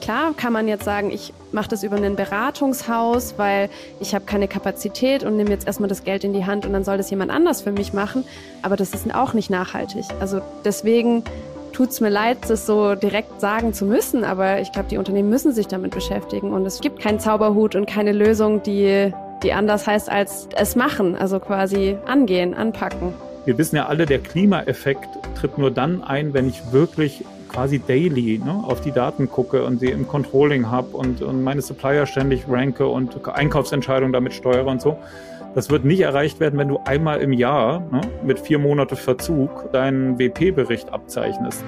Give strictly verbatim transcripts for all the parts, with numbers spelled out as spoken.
Klar kann man jetzt sagen, ich mache das über ein Beratungshaus, weil ich habe keine Kapazität und nehme jetzt erstmal das Geld in die Hand und dann soll das jemand anders für mich machen. Aber das ist auch nicht nachhaltig. Also deswegen tut's mir leid, das so direkt sagen zu müssen, aber ich glaube, die Unternehmen müssen sich damit beschäftigen und es gibt keinen Zauberhut und keine Lösung, die, die anders heißt als es machen, also quasi angehen, anpacken. Wir wissen ja alle, der Klimaeffekt tritt nur dann ein, wenn ich wirklich quasi daily ne, auf die Daten gucke und sie im Controlling habe und, und meine Supplier ständig ranke und Einkaufsentscheidungen damit steuere und so. Das wird nicht erreicht werden, wenn du einmal im Jahr ne, mit vier Monate Verzug deinen W P-Bericht abzeichnest.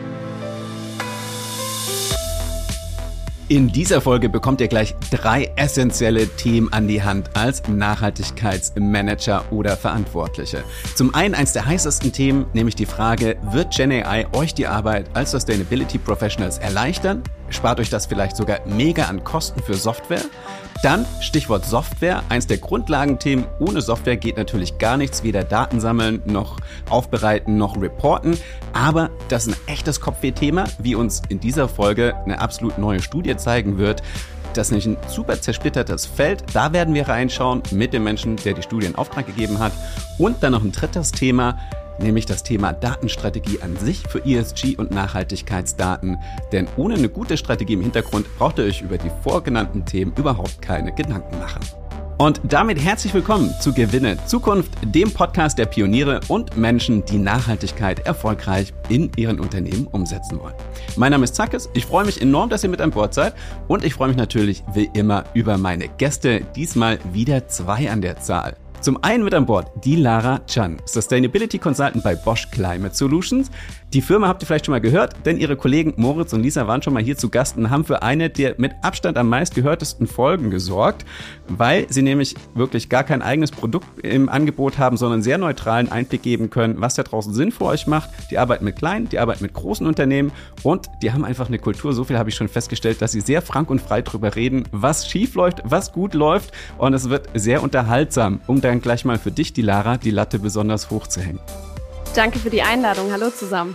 In dieser Folge bekommt ihr gleich drei essentielle Themen an die Hand als Nachhaltigkeitsmanager oder Verantwortliche. Zum einen eins der heißesten Themen, nämlich die Frage, wird GenAI euch die Arbeit als Sustainability Professionals erleichtern? Spart euch das vielleicht sogar mega an Kosten für Software? Dann Stichwort Software, eins der Grundlagenthemen. Ohne Software geht natürlich gar nichts, weder Daten sammeln, noch aufbereiten, noch reporten. Aber das ist ein echtes Kopfweh-Thema, wie uns in dieser Folge eine absolut neue Studie zeigen wird. Das ist nämlich ein super zersplittertes Feld. Da werden wir reinschauen mit dem Menschen, der die Studie in Auftrag gegeben hat. Und dann noch ein drittes Thema, nämlich das Thema Datenstrategie an sich für E S G und Nachhaltigkeitsdaten. Denn ohne eine gute Strategie im Hintergrund braucht ihr euch über die vorgenannten Themen überhaupt keine Gedanken machen. Und damit herzlich willkommen zu Gewinne Zukunft, dem Podcast der Pioniere und Menschen, die Nachhaltigkeit erfolgreich in ihren Unternehmen umsetzen wollen. Mein Name ist Zackes, ich freue mich enorm, dass ihr mit an Bord seid und ich freue mich natürlich wie immer über meine Gäste, diesmal wieder zwei an der Zahl. Zum einen mit an Bord die Lara Chan, Sustainability Consultant bei Bosch Climate Solutions. Die Firma habt ihr vielleicht schon mal gehört, denn ihre Kollegen Moritz und Lisa waren schon mal hier zu Gast und haben für eine der mit Abstand am meistgehörtesten Folgen gesorgt, weil sie nämlich wirklich gar kein eigenes Produkt im Angebot haben, sondern sehr neutralen Einblick geben können, was da draußen Sinn für euch macht. Die arbeiten mit kleinen, die arbeiten mit großen Unternehmen und die haben einfach eine Kultur, so viel habe ich schon festgestellt, dass sie sehr frank und frei drüber reden, was schief läuft, was gut läuft und es wird sehr unterhaltsam, um dann gleich mal für dich, die Lara, die Latte besonders hoch zu hängen. Danke für die Einladung. Hallo zusammen.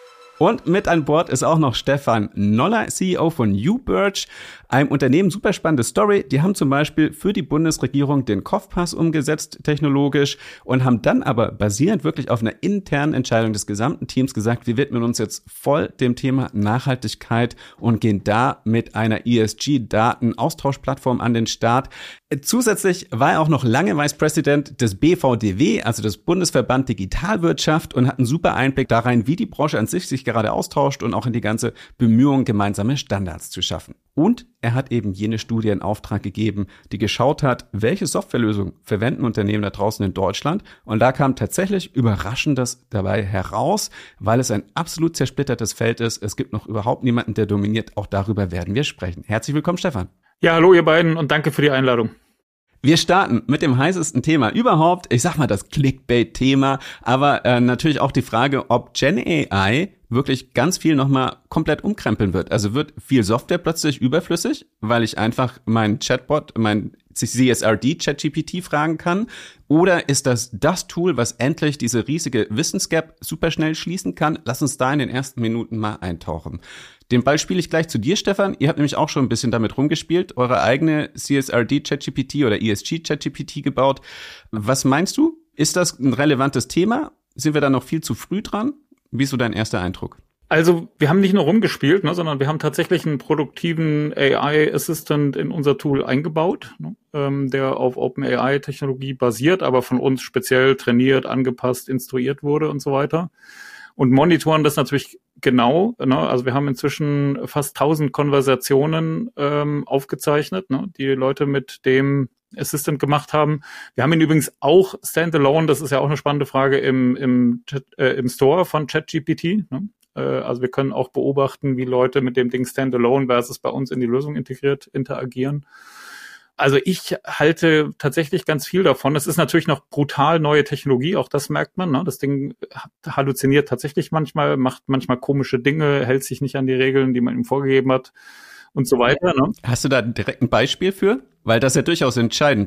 Und mit an Bord ist auch noch Stefan Noller, C E O von YouBirch, einem Unternehmen, super spannende Story. Die haben zum Beispiel für die Bundesregierung den Kopfpass umgesetzt, technologisch, und haben dann aber basierend wirklich auf einer internen Entscheidung des gesamten Teams gesagt, wir widmen uns jetzt voll dem Thema Nachhaltigkeit und gehen da mit einer E S G-Daten-Austauschplattform an den Start. Zusätzlich war er auch noch lange Vice President des B V D W, also des Bundesverband Digitalwirtschaft, und hat einen super Einblick da rein, wie die Branche an sich sich gerade austauscht und auch in die ganze Bemühung, gemeinsame Standards zu schaffen. Und er hat eben jene Studie in Auftrag gegeben, die geschaut hat, welche Softwarelösungen verwenden Unternehmen da draußen in Deutschland. Und da kam tatsächlich Überraschendes dabei heraus, weil es ein absolut zersplittertes Feld ist. Es gibt noch überhaupt niemanden, der dominiert. Auch darüber werden wir sprechen. Herzlich willkommen, Stefan. Ja, hallo ihr beiden und danke für die Einladung. Wir starten mit dem heißesten Thema überhaupt. Ich sag mal das Clickbait-Thema, aber äh, natürlich auch die Frage, ob GenAI wirklich ganz viel nochmal komplett umkrempeln wird. Also wird viel Software plötzlich überflüssig, weil ich einfach meinen Chatbot, mein C S R D ChatGPT fragen kann? Oder ist das das Tool, was endlich diese riesige Wissensgap super schnell schließen kann? Lass uns da in den ersten Minuten mal eintauchen. Den Ball spiele ich gleich zu dir, Stefan. Ihr habt nämlich auch schon ein bisschen damit rumgespielt, eure eigene C S R D ChatGPT oder E S G ChatGPT gebaut. Was meinst du? Ist das ein relevantes Thema? Sind wir da noch viel zu früh dran? Wie ist so dein erster Eindruck? Also wir haben nicht nur rumgespielt, ne, sondern wir haben tatsächlich einen produktiven A I-Assistant in unser Tool eingebaut, ne, ähm, der auf OpenAI-Technologie basiert, aber von uns speziell trainiert, angepasst, instruiert wurde und so weiter. Und monitoren das natürlich genau. Ne? Also wir haben inzwischen fast tausend Konversationen ähm, aufgezeichnet, ne? die Leute mit dem Assistant gemacht haben. Wir haben ihn übrigens auch standalone, das ist ja auch eine spannende Frage, im im, Chat, äh, im Store von ChatGPT. Ne? Äh, also wir können auch beobachten, wie Leute mit dem Ding standalone versus bei uns in die Lösung integriert interagieren. Also ich halte tatsächlich ganz viel davon. Es ist natürlich noch brutal neue Technologie, auch das merkt man. Ne? Das Ding halluziniert tatsächlich manchmal, macht manchmal komische Dinge, hält sich nicht an die Regeln, die man ihm vorgegeben hat und so weiter. Ne? Hast du da direkt ein Beispiel für? Weil das ist ja durchaus entscheidend.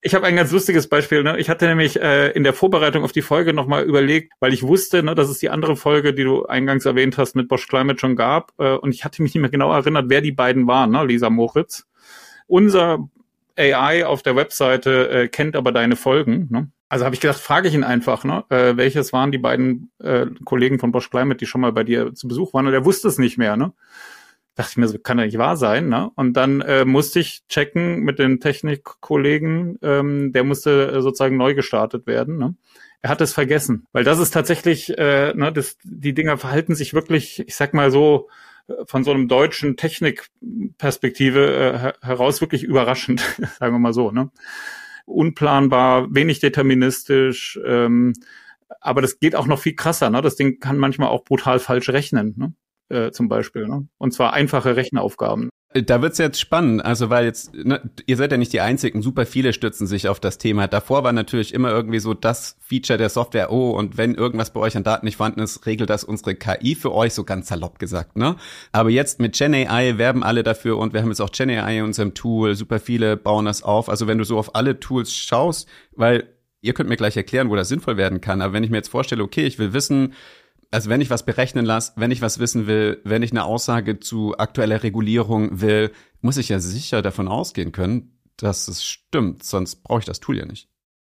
Ich habe ein ganz lustiges Beispiel. Ne? Ich hatte nämlich äh, in der Vorbereitung auf die Folge nochmal überlegt, weil ich wusste, ne, dass es die andere Folge, die du eingangs erwähnt hast, mit Bosch Climate schon gab. Äh, und ich hatte mich nicht mehr genau erinnert, wer die beiden waren, ne? Lisa Moritz. Unser A I auf der Webseite äh, kennt aber deine Folgen. Ne? Also habe ich gedacht, frage ich ihn einfach, ne? äh, welches waren die beiden äh, Kollegen von Bosch Climate, die schon mal bei dir zu Besuch waren. Und er wusste es nicht mehr, ne? Dachte ich mir, so kann ja nicht wahr sein, ne? Und dann äh, musste ich checken mit den Technikkollegen, ähm, der musste äh, sozusagen neu gestartet werden, ne? Er hat es vergessen, weil das ist tatsächlich, äh, ne, das, die Dinger verhalten sich wirklich, ich sag mal so, von so einem deutschen Technikperspektive äh, her- heraus wirklich überraschend, sagen wir mal so, ne? Unplanbar, wenig deterministisch, ähm, aber das geht auch noch viel krasser, ne? Das Ding kann manchmal auch brutal falsch rechnen, ne? Äh, zum Beispiel, ne? Und zwar einfache Rechenaufgaben. Da wird's jetzt spannend, also weil jetzt, ne, ihr seid ja nicht die Einzigen, super viele stützen sich auf das Thema. Davor war natürlich immer irgendwie so das Feature der Software, oh, und wenn irgendwas bei euch an Daten nicht vorhanden ist, regelt das unsere K I für euch, so ganz salopp gesagt, ne? Aber jetzt mit GenAI werben alle dafür und wir haben jetzt auch GenAI in unserem Tool, super viele bauen das auf. Also wenn du so auf alle Tools schaust, weil ihr könnt mir gleich erklären, wo das sinnvoll werden kann, aber wenn ich mir jetzt vorstelle, okay, ich will wissen, also wenn ich was berechnen lasse, wenn ich was wissen will, wenn ich eine Aussage zu aktueller Regulierung will, muss ich ja sicher davon ausgehen können, dass es stimmt, sonst brauche ich das Tool ja nicht.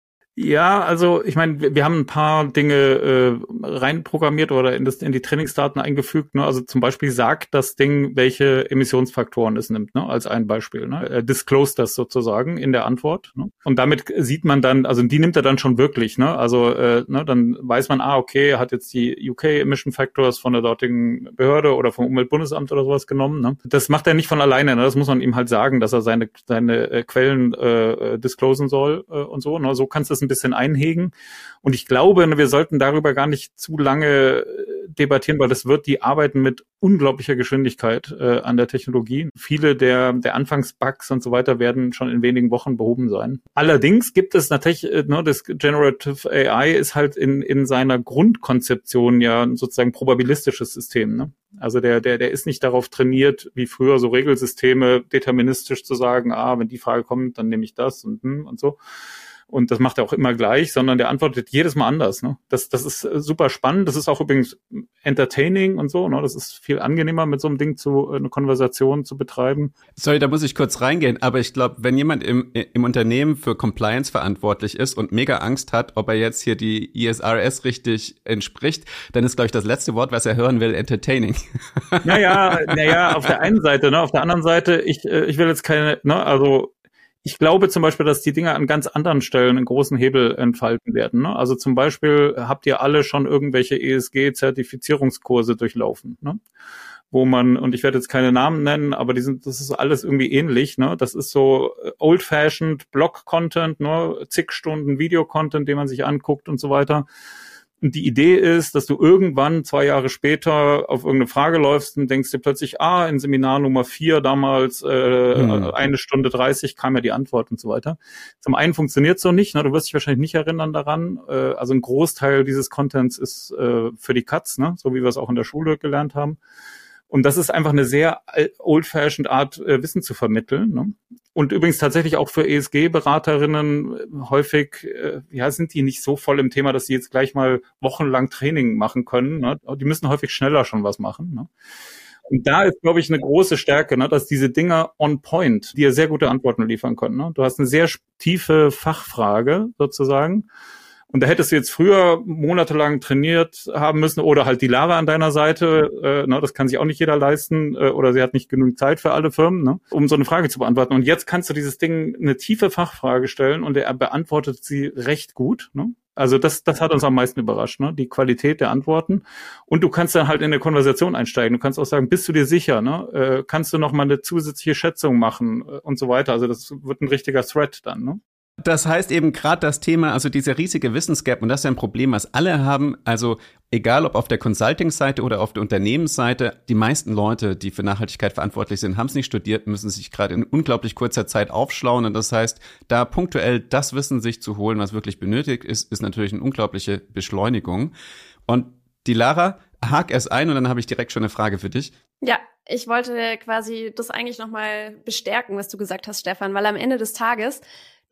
Ja, also ich meine, wir, wir haben ein paar Dinge äh, reinprogrammiert oder in, das, in die Trainingsdaten eingefügt. Ne? Also zum Beispiel sagt das Ding, welche Emissionsfaktoren es nimmt, ne? Als ein Beispiel. Ne? Er disclosed das sozusagen in der Antwort. Ne? Und damit sieht man dann, also die nimmt er dann schon wirklich. Ne? Also äh, ne, dann weiß man, ah, okay, er hat jetzt die U K Emission Factors von der dortigen Behörde oder vom Umweltbundesamt oder sowas genommen. Ne? Das macht er nicht von alleine. Ne? Das muss man ihm halt sagen, dass er seine seine äh, Quellen äh, disclosen soll äh, und so. Ne? So kannst du es ein bisschen einhegen. Und ich glaube, wir sollten darüber gar nicht zu lange debattieren, weil das wird, die arbeiten mit unglaublicher Geschwindigkeit äh, an der Technologie. Viele der der Anfangsbugs und so weiter werden schon in wenigen Wochen behoben sein. Allerdings gibt es natürlich, äh, ne, das Generative A I ist halt in in seiner Grundkonzeption ja sozusagen probabilistisches System. Ne? Also der der der ist nicht darauf trainiert, wie früher so Regelsysteme deterministisch zu sagen, ah, wenn die Frage kommt, dann nehme ich das und hm, und so. Und das macht er auch immer gleich, sondern der antwortet jedes Mal anders. Ne? Das, das ist super spannend. Das ist auch übrigens entertaining und so. Ne? Das ist viel angenehmer, mit so einem Ding zu eine Konversation zu betreiben. Sorry, da muss ich kurz reingehen. Aber ich glaube, wenn jemand im, im Unternehmen für Compliance verantwortlich ist und mega Angst hat, ob er jetzt hier die I S R S richtig entspricht, dann ist, glaube ich, das letzte Wort, was er hören will, entertaining. Naja, naja, auf der einen Seite, ne? Auf der anderen Seite, ich, ich will jetzt keine, ne, also ich glaube zum Beispiel, dass die Dinge an ganz anderen Stellen einen großen Hebel entfalten werden. Ne? Also zum Beispiel habt ihr alle schon irgendwelche E S G-Zertifizierungskurse durchlaufen, ne? Wo man, und ich werde jetzt keine Namen nennen, aber die sind, das ist alles irgendwie ähnlich. Ne? Das ist so old-fashioned Blog-Content, ne? Zig Stunden Video-Content, den man sich anguckt und so weiter. Und die Idee ist, dass du irgendwann zwei Jahre später auf irgendeine Frage läufst und denkst dir plötzlich, ah, in Seminar Nummer vier damals äh, mhm. eine Stunde dreißig kam ja die Antwort und so weiter. Zum einen funktioniert so nicht, ne? Du wirst dich wahrscheinlich nicht erinnern daran. Äh, also ein Großteil dieses Contents ist äh, für die Katz, ne? So wie wir es auch in der Schule gelernt haben. Und das ist einfach eine sehr old-fashioned Art, äh, Wissen zu vermitteln. Ne? Und übrigens tatsächlich auch für E S G-Beraterinnen häufig, äh, ja, sind die nicht so voll im Thema, dass sie jetzt gleich mal wochenlang Training machen können. Ne? Die müssen häufig schneller schon was machen. Ne? Und da ist, glaube ich, eine große Stärke, ne? Dass diese Dinger on point, dir sehr gute Antworten liefern können. Ne? Du hast eine sehr tiefe Fachfrage sozusagen. Und da hättest du jetzt früher monatelang trainiert haben müssen oder halt die Lara an deiner Seite, äh, ne, das kann sich auch nicht jeder leisten äh, oder sie hat nicht genug Zeit für alle Firmen, ne, um so eine Frage zu beantworten. Und jetzt kannst du dieses Ding eine tiefe Fachfrage stellen und er beantwortet sie recht gut. Ne? Also das, das hat uns am meisten überrascht, ne? Die Qualität der Antworten. Und du kannst dann halt in eine Konversation einsteigen. Du kannst auch sagen, bist du dir sicher? Ne? Äh, kannst du noch mal eine zusätzliche Schätzung machen äh, und so weiter. Also das wird ein richtiger Thread dann, ne? Das heißt eben gerade das Thema, also dieser riesige Wissensgap, und das ist ja ein Problem, was alle haben, also egal ob auf der Consulting-Seite oder auf der Unternehmensseite, die meisten Leute, die für Nachhaltigkeit verantwortlich sind, haben es nicht studiert, müssen sich gerade in unglaublich kurzer Zeit aufschlauen, und das heißt, da punktuell das Wissen sich zu holen, was wirklich benötigt ist, ist natürlich eine unglaubliche Beschleunigung. Und die Lara, hak es ein und dann habe ich direkt schon eine Frage für dich. Ja, ich wollte quasi das eigentlich nochmal bestärken, was du gesagt hast, Stefan, weil am Ende des Tages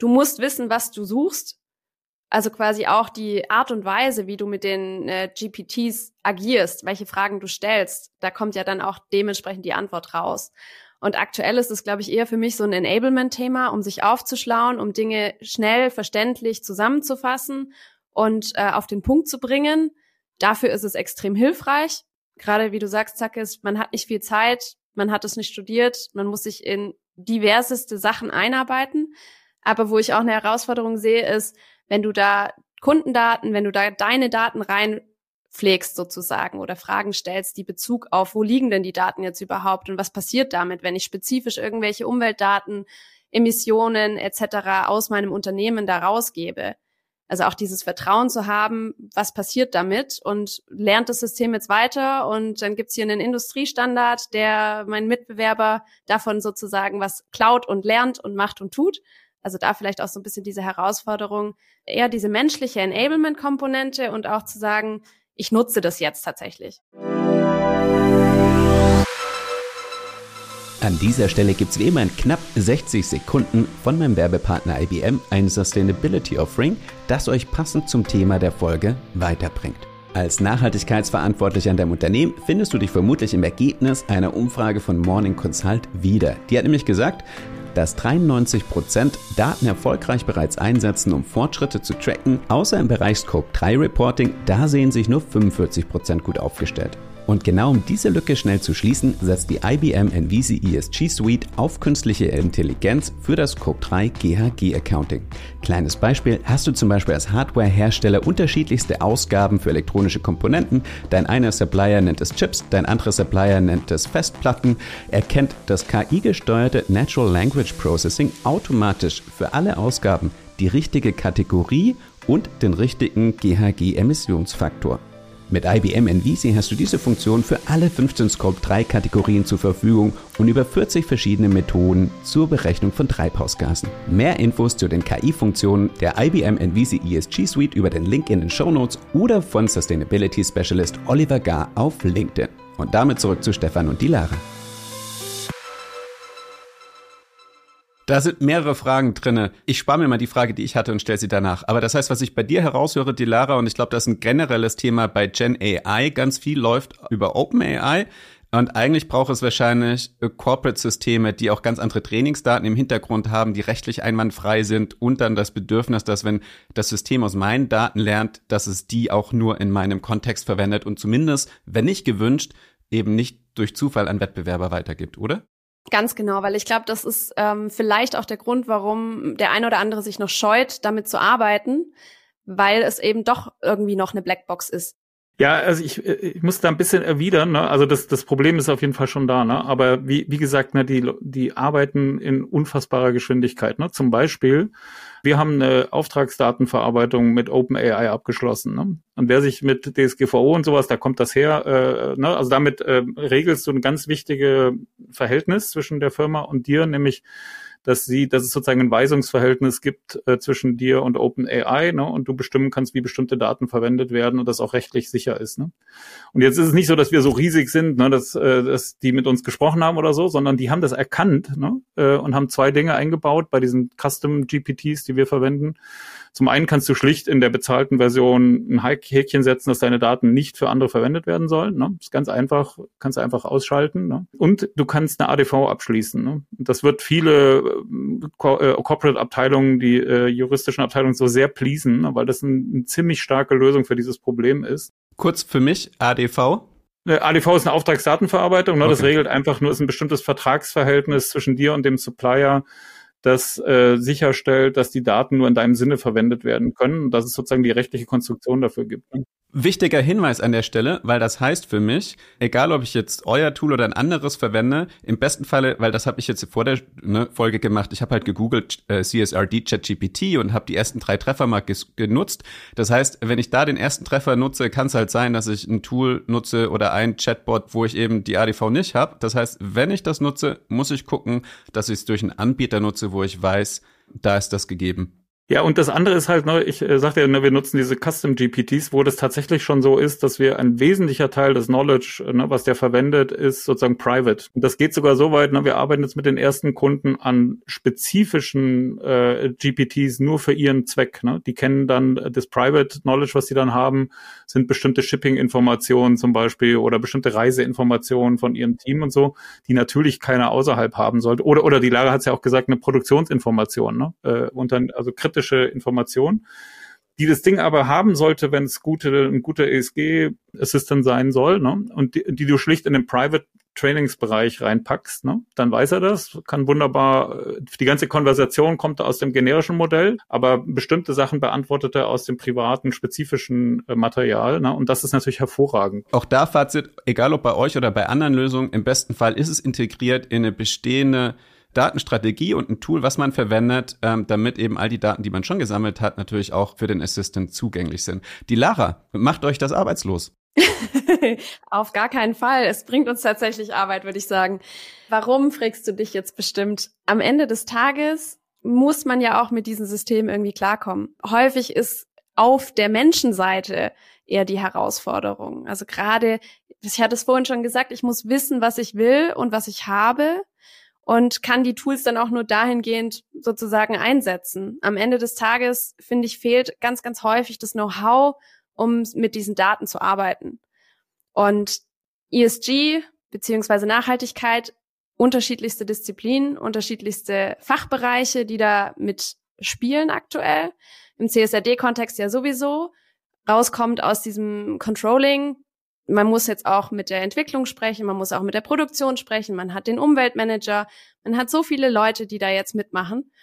du musst wissen, was du suchst. Also quasi auch die Art und Weise, wie du mit den äh, G P Ts agierst, welche Fragen du stellst, da kommt ja dann auch dementsprechend die Antwort raus. Und aktuell ist es, glaube ich, eher für mich so ein Enablement-Thema, um sich aufzuschlauen, um Dinge schnell, verständlich zusammenzufassen und äh, auf den Punkt zu bringen. Dafür ist es extrem hilfreich. Gerade wie du sagst, Zackes, man hat nicht viel Zeit, man hat es nicht studiert, man muss sich in diverseste Sachen einarbeiten. Aber wo ich auch eine Herausforderung sehe, ist, wenn du da Kundendaten, wenn du da deine Daten reinpflegst sozusagen oder Fragen stellst, die Bezug auf, wo liegen denn die Daten jetzt überhaupt und was passiert damit, wenn ich spezifisch irgendwelche Umweltdaten, Emissionen et cetera aus meinem Unternehmen da rausgebe. Also auch dieses Vertrauen zu haben, was passiert damit und lernt das System jetzt weiter und dann gibt's hier einen Industriestandard, der mein Mitbewerber davon sozusagen was klaut und lernt und macht und tut. Also da vielleicht auch so ein bisschen diese Herausforderung, eher diese menschliche Enablement-Komponente und auch zu sagen, ich nutze das jetzt tatsächlich. An dieser Stelle gibt's wie immer in knapp sechzig Sekunden von meinem Werbepartner I B M ein Sustainability Offering, das euch passend zum Thema der Folge weiterbringt. Als Nachhaltigkeitsverantwortlicher in deinem Unternehmen findest du dich vermutlich im Ergebnis einer Umfrage von Morning Consult wieder. Die hat nämlich gesagt, dass dreiundneunzig Prozent Daten erfolgreich bereits einsetzen, um Fortschritte zu tracken. Außer im Bereich Scope drei Reporting, da sehen sich nur fünfundvierzig Prozent gut aufgestellt. Und genau um diese Lücke schnell zu schließen, setzt die I B M N V C E S G Suite auf künstliche Intelligenz für das Scope drei G H G Accounting. Kleines Beispiel, hast du zum Beispiel als Hardware-Hersteller unterschiedlichste Ausgaben für elektronische Komponenten, dein einer Supplier nennt es Chips, dein anderer Supplier nennt es Festplatten, erkennt das K I-gesteuerte Natural Language Processing automatisch für alle Ausgaben die richtige Kategorie und den richtigen G H G-Emissionsfaktor. Mit I B M N V C hast du diese Funktion für alle fünfzehn Scope drei Kategorien zur Verfügung und über vierzig verschiedene Methoden zur Berechnung von Treibhausgasen. Mehr Infos zu den K I-Funktionen der I B M N V C E S G Suite über den Link in den Shownotes oder von Sustainability Specialist Oliver Gar auf LinkedIn. Und damit zurück zu Stefan und die Lara. Da sind mehrere Fragen drin. Ich spare mir mal die Frage, die ich hatte und stelle sie danach. Aber das heißt, was ich bei dir heraushöre, die Lara, und ich glaube, das ist ein generelles Thema bei Gen A I, ganz viel läuft über OpenAI. Und eigentlich braucht es wahrscheinlich Corporate-Systeme, die auch ganz andere Trainingsdaten im Hintergrund haben, die rechtlich einwandfrei sind und dann das Bedürfnis, dass wenn das System aus meinen Daten lernt, dass es die auch nur in meinem Kontext verwendet und zumindest, wenn nicht gewünscht, eben nicht durch Zufall an Wettbewerber weitergibt, oder? Ganz genau, weil ich glaube, das ist ähm, vielleicht auch der Grund, warum der eine oder andere sich noch scheut, damit zu arbeiten, weil es eben doch irgendwie noch eine Blackbox ist. Ja, also ich, ich muss da ein bisschen erwidern, ne? Also das, das Problem ist auf jeden Fall schon da, ne? Aber wie, wie gesagt, ne, die, die arbeiten in unfassbarer Geschwindigkeit, ne? Zum Beispiel, wir haben eine Auftragsdatenverarbeitung mit OpenAI abgeschlossen, ne? Und wer sich mit D S G V O und sowas, da kommt das her, äh, ne? Also damit äh, regelst du ein ganz wichtiges Verhältnis zwischen der Firma und dir, nämlich dass sie, dass es sozusagen ein Weisungsverhältnis gibt äh, zwischen dir und OpenAI, ne, und du bestimmen kannst, wie bestimmte Daten verwendet werden und das auch rechtlich sicher ist, ne. Und jetzt ist es nicht so, dass wir so riesig sind, ne, dass, äh, dass die mit uns gesprochen haben oder so, sondern die haben das erkannt, ne, äh, und haben zwei Dinge eingebaut bei diesen Custom G P Ts, die wir verwenden. Zum einen kannst du schlicht in der bezahlten Version ein Häkchen setzen, dass deine Daten nicht für andere verwendet werden sollen. Ne? Das ist ganz einfach, kannst du einfach ausschalten. Ne? Und du kannst eine A D V abschließen. Ne? Das wird viele äh, Corporate-Abteilungen, die äh, juristischen Abteilungen so sehr pleasen, ne? Weil das ein, eine ziemlich starke Lösung für dieses Problem ist. Kurz für mich, A D V? A D V ist eine Auftragsdatenverarbeitung. Ne? Okay. Das regelt einfach nur, ist ein bestimmtes Vertragsverhältnis zwischen dir und dem Supplier, das äh, sicherstellt, dass die Daten nur in deinem Sinne verwendet werden können und dass es sozusagen die rechtliche Konstruktion dafür gibt. Ne? Wichtiger Hinweis an der Stelle, weil das heißt für mich, egal ob ich jetzt euer Tool oder ein anderes verwende, im besten Falle, weil das habe ich jetzt vor der ne, Folge gemacht, ich habe halt gegoogelt äh, C S R D ChatGPT und habe die ersten drei Treffer mal ges- genutzt. Das heißt, wenn ich da den ersten Treffer nutze, kann es halt sein, dass ich ein Tool nutze oder ein Chatbot, wo ich eben die A D V nicht habe. Das heißt, wenn ich das nutze, muss ich gucken, dass ich es durch einen Anbieter nutze, wo ich weiß, da ist das gegeben. Ja, und das andere ist halt, ne, ich äh, sagte ja, ne, wir nutzen diese Custom-G P Ts, wo das tatsächlich schon so ist, dass wir ein wesentlicher Teil des Knowledge, ne, was der verwendet, ist sozusagen private. Und das geht sogar so weit, ne, wir arbeiten jetzt mit den ersten Kunden an spezifischen äh, G P Ts nur für ihren Zweck. Ne? Die kennen dann äh, das Private Knowledge, was sie dann haben, sind bestimmte Shipping-Informationen zum Beispiel oder bestimmte Reiseinformationen von ihrem Team und so, die natürlich keiner außerhalb haben sollte. Oder oder die Lara hat es ja auch gesagt, eine Produktionsinformation, ne? Äh, und dann also kritische Information, die das Ding aber haben sollte, wenn es gute, ein guter E S G-Assistant sein soll, ne? Und die, die du schlicht in den Private-Trainingsbereich reinpackst, ne? Dann weiß er das, kann wunderbar, die ganze Konversation kommt aus dem generischen Modell, aber bestimmte Sachen beantwortet er aus dem privaten, spezifischen äh, Material, ne? Und das ist natürlich hervorragend. Auch da Fazit, egal ob bei euch oder bei anderen Lösungen, im besten Fall ist es integriert in eine bestehende Datenstrategie und ein Tool, was man verwendet, ähm, damit eben all die Daten, die man schon gesammelt hat, natürlich auch für den Assistant zugänglich sind. Die Lara, macht euch das arbeitslos? Auf gar keinen Fall. Es bringt uns tatsächlich Arbeit, würde ich sagen. Warum, fragst du dich jetzt bestimmt? Am Ende des Tages muss man ja auch mit diesem System irgendwie klarkommen. Häufig ist auf der Menschenseite eher die Herausforderung. Also gerade, ich hatte es vorhin schon gesagt, ich muss wissen, was ich will und was ich habe. Und kann die Tools dann auch nur dahingehend sozusagen einsetzen. Am Ende des Tages, finde ich, fehlt ganz, ganz häufig das Know-how, um mit diesen Daten zu arbeiten. Und E S G beziehungsweise Nachhaltigkeit, unterschiedlichste Disziplinen, unterschiedlichste Fachbereiche, die da mit spielen aktuell. Im C S R D-Kontext ja sowieso. Rauskommt aus diesem Controlling. Man muss jetzt auch mit der Entwicklung sprechen, man muss auch mit der Produktion sprechen, man hat den Umweltmanager, man hat so viele Leute, die da jetzt mitmachen.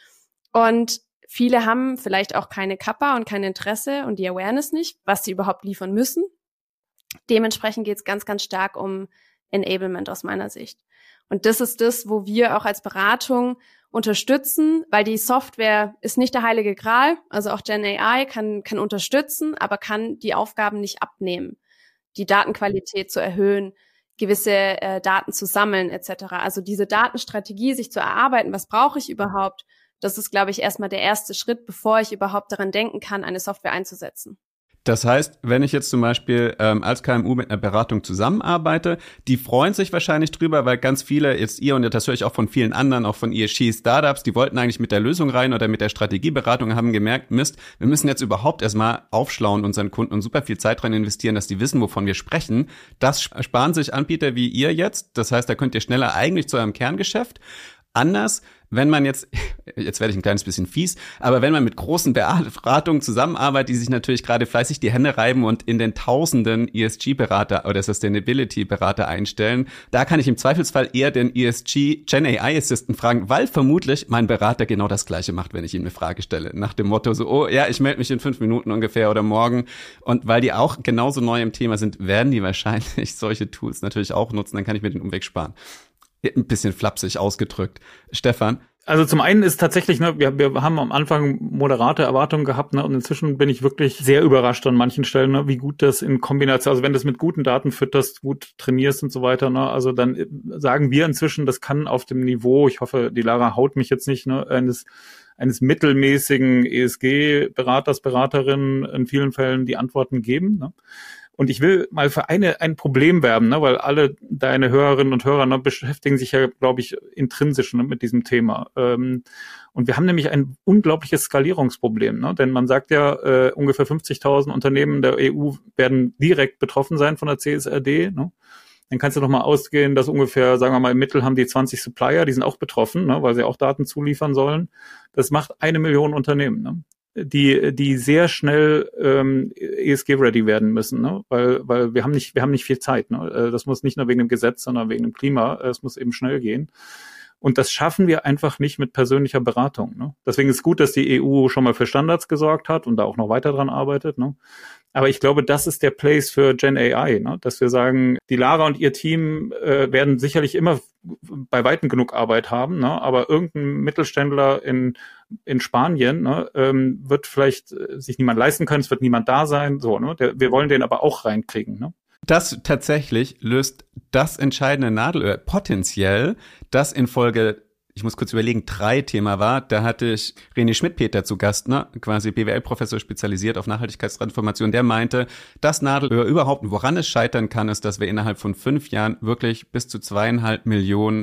Und viele haben vielleicht auch keine Kappa und kein Interesse und die Awareness nicht, was sie überhaupt liefern müssen. Dementsprechend geht es ganz, ganz stark um Enablement aus meiner Sicht. Und das ist das, wo wir auch als Beratung unterstützen, weil die Software ist nicht der heilige Gral. Also auch Gen A I kann, kann unterstützen, aber kann die Aufgaben nicht abnehmen, die Datenqualität zu erhöhen, gewisse äh, Daten zu sammeln et cetera. Also diese Datenstrategie, sich zu erarbeiten, was brauche ich überhaupt, das ist, glaube ich, erstmal der erste Schritt, bevor ich überhaupt daran denken kann, eine Software einzusetzen. Das heißt, wenn ich jetzt zum Beispiel ähm, als K M U mit einer Beratung zusammenarbeite, die freuen sich wahrscheinlich drüber, weil ganz viele, jetzt ihr und das höre ich auch von vielen anderen, auch von E S G-Startups, die wollten eigentlich mit der Lösung rein oder mit der Strategieberatung, haben gemerkt, Mist, wir müssen jetzt überhaupt erstmal aufschlauen unseren Kunden und super viel Zeit rein investieren, dass die wissen, wovon wir sprechen. Das sparen sich Anbieter wie ihr jetzt. Das heißt, da könnt ihr schneller eigentlich zu eurem Kerngeschäft. Anders, wenn man jetzt, jetzt werde ich ein kleines bisschen fies, aber wenn man mit großen Beratungen zusammenarbeitet, die sich natürlich gerade fleißig die Hände reiben und in den Tausenden E S G-Berater oder Sustainability-Berater einstellen, da kann ich im Zweifelsfall eher den E S G Gen A I-Assistant fragen, weil vermutlich mein Berater genau das Gleiche macht, wenn ich ihm eine Frage stelle. Nach dem Motto so, oh ja, ich melde mich in fünf Minuten ungefähr oder morgen. Und weil die auch genauso neu im Thema sind, werden die wahrscheinlich solche Tools natürlich auch nutzen, dann kann ich mir den Umweg sparen. Ein bisschen flapsig ausgedrückt. Stefan? Also zum einen ist tatsächlich, ne, wir, wir haben am Anfang moderate Erwartungen gehabt, ne, und inzwischen bin ich wirklich sehr überrascht an manchen Stellen, ne, wie gut das in Kombination, also wenn du es mit guten Daten fütterst, gut trainierst und so weiter, ne, also dann sagen wir inzwischen, das kann auf dem Niveau, ich hoffe, die Lara haut mich jetzt nicht, ne, eines eines mittelmäßigen E S G-Beraters, Beraterin in vielen Fällen die Antworten geben, ne. Und ich will mal für eine ein Problem werben, ne, weil alle deine Hörerinnen und Hörer, ne, beschäftigen sich ja, glaube ich, intrinsisch, ne, mit diesem Thema. Ähm, und wir haben nämlich ein unglaubliches Skalierungsproblem, ne, denn man sagt ja, äh, ungefähr fünfzigtausend Unternehmen der E U werden direkt betroffen sein von der C S R D. Ne. Dann kannst du doch mal ausgehen, dass ungefähr, sagen wir mal, im Mittel haben die zwanzig Supplier, die sind auch betroffen, ne, weil sie auch Daten zuliefern sollen. Das macht eine Million Unternehmen, ne, die die sehr schnell ähm, E S G-ready werden müssen, ne? Weil weil wir haben nicht wir haben nicht viel Zeit, ne? Das muss nicht nur wegen dem Gesetz, sondern wegen dem Klima. Es muss eben schnell gehen. Und das schaffen wir einfach nicht mit persönlicher Beratung, ne? Deswegen ist gut, dass die E U schon mal für Standards gesorgt hat und da auch noch weiter dran arbeitet, ne? Aber ich glaube, das ist der Place für Gen A I, ne? Dass wir sagen, die Lara und ihr Team äh, werden sicherlich immer bei Weitem genug Arbeit haben, ne? Aber irgendein Mittelständler in in Spanien, ne, ähm, wird vielleicht äh, sich niemand leisten können, es wird niemand da sein, so, ne? Der, wir wollen den aber auch reinkriegen, ne? Das tatsächlich löst das entscheidende Nadelöhr potenziell, das infolge ich muss kurz überlegen, drei Thema war, da hatte ich René Schmidt-Peter zu Gast, ne, quasi B W L-Professor spezialisiert auf Nachhaltigkeitstransformation, der meinte, das Nadelöhr überhaupt, woran es scheitern kann, ist, dass wir innerhalb von fünf Jahren wirklich bis zu zweieinhalb Millionen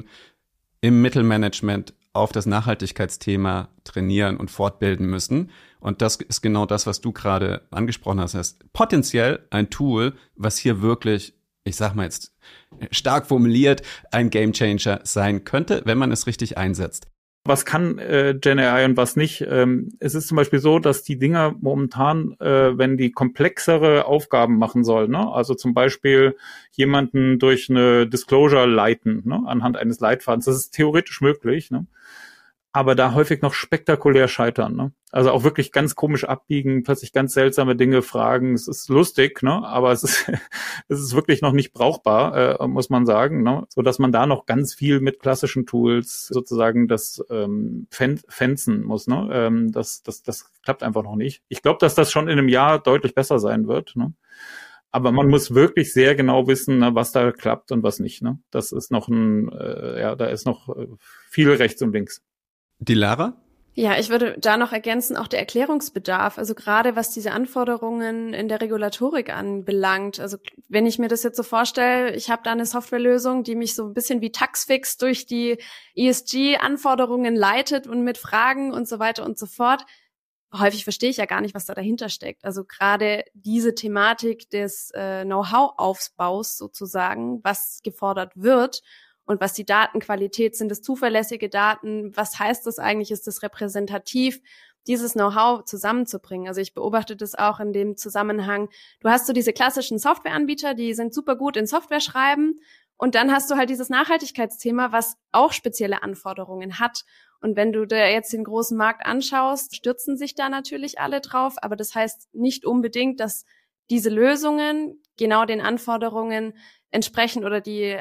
im Mittelmanagement auf das Nachhaltigkeitsthema trainieren und fortbilden müssen. Und das ist genau das, was du gerade angesprochen hast. Das heißt, potenziell ein Tool, was hier wirklich, ich sag mal jetzt stark formuliert, ein Gamechanger sein könnte, wenn man es richtig einsetzt. Was kann äh, Gen A I und was nicht? Ähm, es ist zum Beispiel so, dass die Dinger momentan, äh, wenn die komplexere Aufgaben machen sollen, ne? Also zum Beispiel jemanden durch eine Disclosure leiten, ne? Anhand eines Leitfadens, das ist theoretisch möglich, ne? Aber da häufig noch spektakulär scheitern, ne? Also auch wirklich ganz komisch abbiegen, plötzlich ganz seltsame Dinge fragen. Es ist lustig, ne? Aber es ist es ist wirklich noch nicht brauchbar, äh, muss man sagen, ne? So dass man da noch ganz viel mit klassischen Tools sozusagen das ähm, fen- fenzen muss, ne? Ähm, das das das klappt einfach noch nicht. Ich glaube, dass das schon in einem Jahr deutlich besser sein wird, ne? Aber man muss wirklich sehr genau wissen, ne, was da klappt und was nicht, ne? Das ist noch ein, äh, ja, da ist noch äh, viel rechts und links. Die Lara? Ja, ich würde da noch ergänzen, auch der Erklärungsbedarf, also gerade was diese Anforderungen in der Regulatorik anbelangt. Also wenn ich mir das jetzt so vorstelle, ich habe da eine Softwarelösung, die mich so ein bisschen wie Taxfix durch die E S G-Anforderungen leitet und mit Fragen und so weiter und so fort. Häufig verstehe ich ja gar nicht, was da dahinter steckt. Also gerade diese Thematik des äh, Know-how-Aufbaus sozusagen, was gefordert wird, und was die Datenqualität sind, das zuverlässige Daten, was heißt das eigentlich, ist das repräsentativ, dieses Know-how zusammenzubringen. Also ich beobachte das auch in dem Zusammenhang, du hast so diese klassischen Softwareanbieter, die sind super gut in Software schreiben und dann hast du halt dieses Nachhaltigkeitsthema, was auch spezielle Anforderungen hat. Und wenn du dir jetzt den großen Markt anschaust, stürzen sich da natürlich alle drauf, aber das heißt nicht unbedingt, dass diese Lösungen genau den Anforderungen entsprechend oder die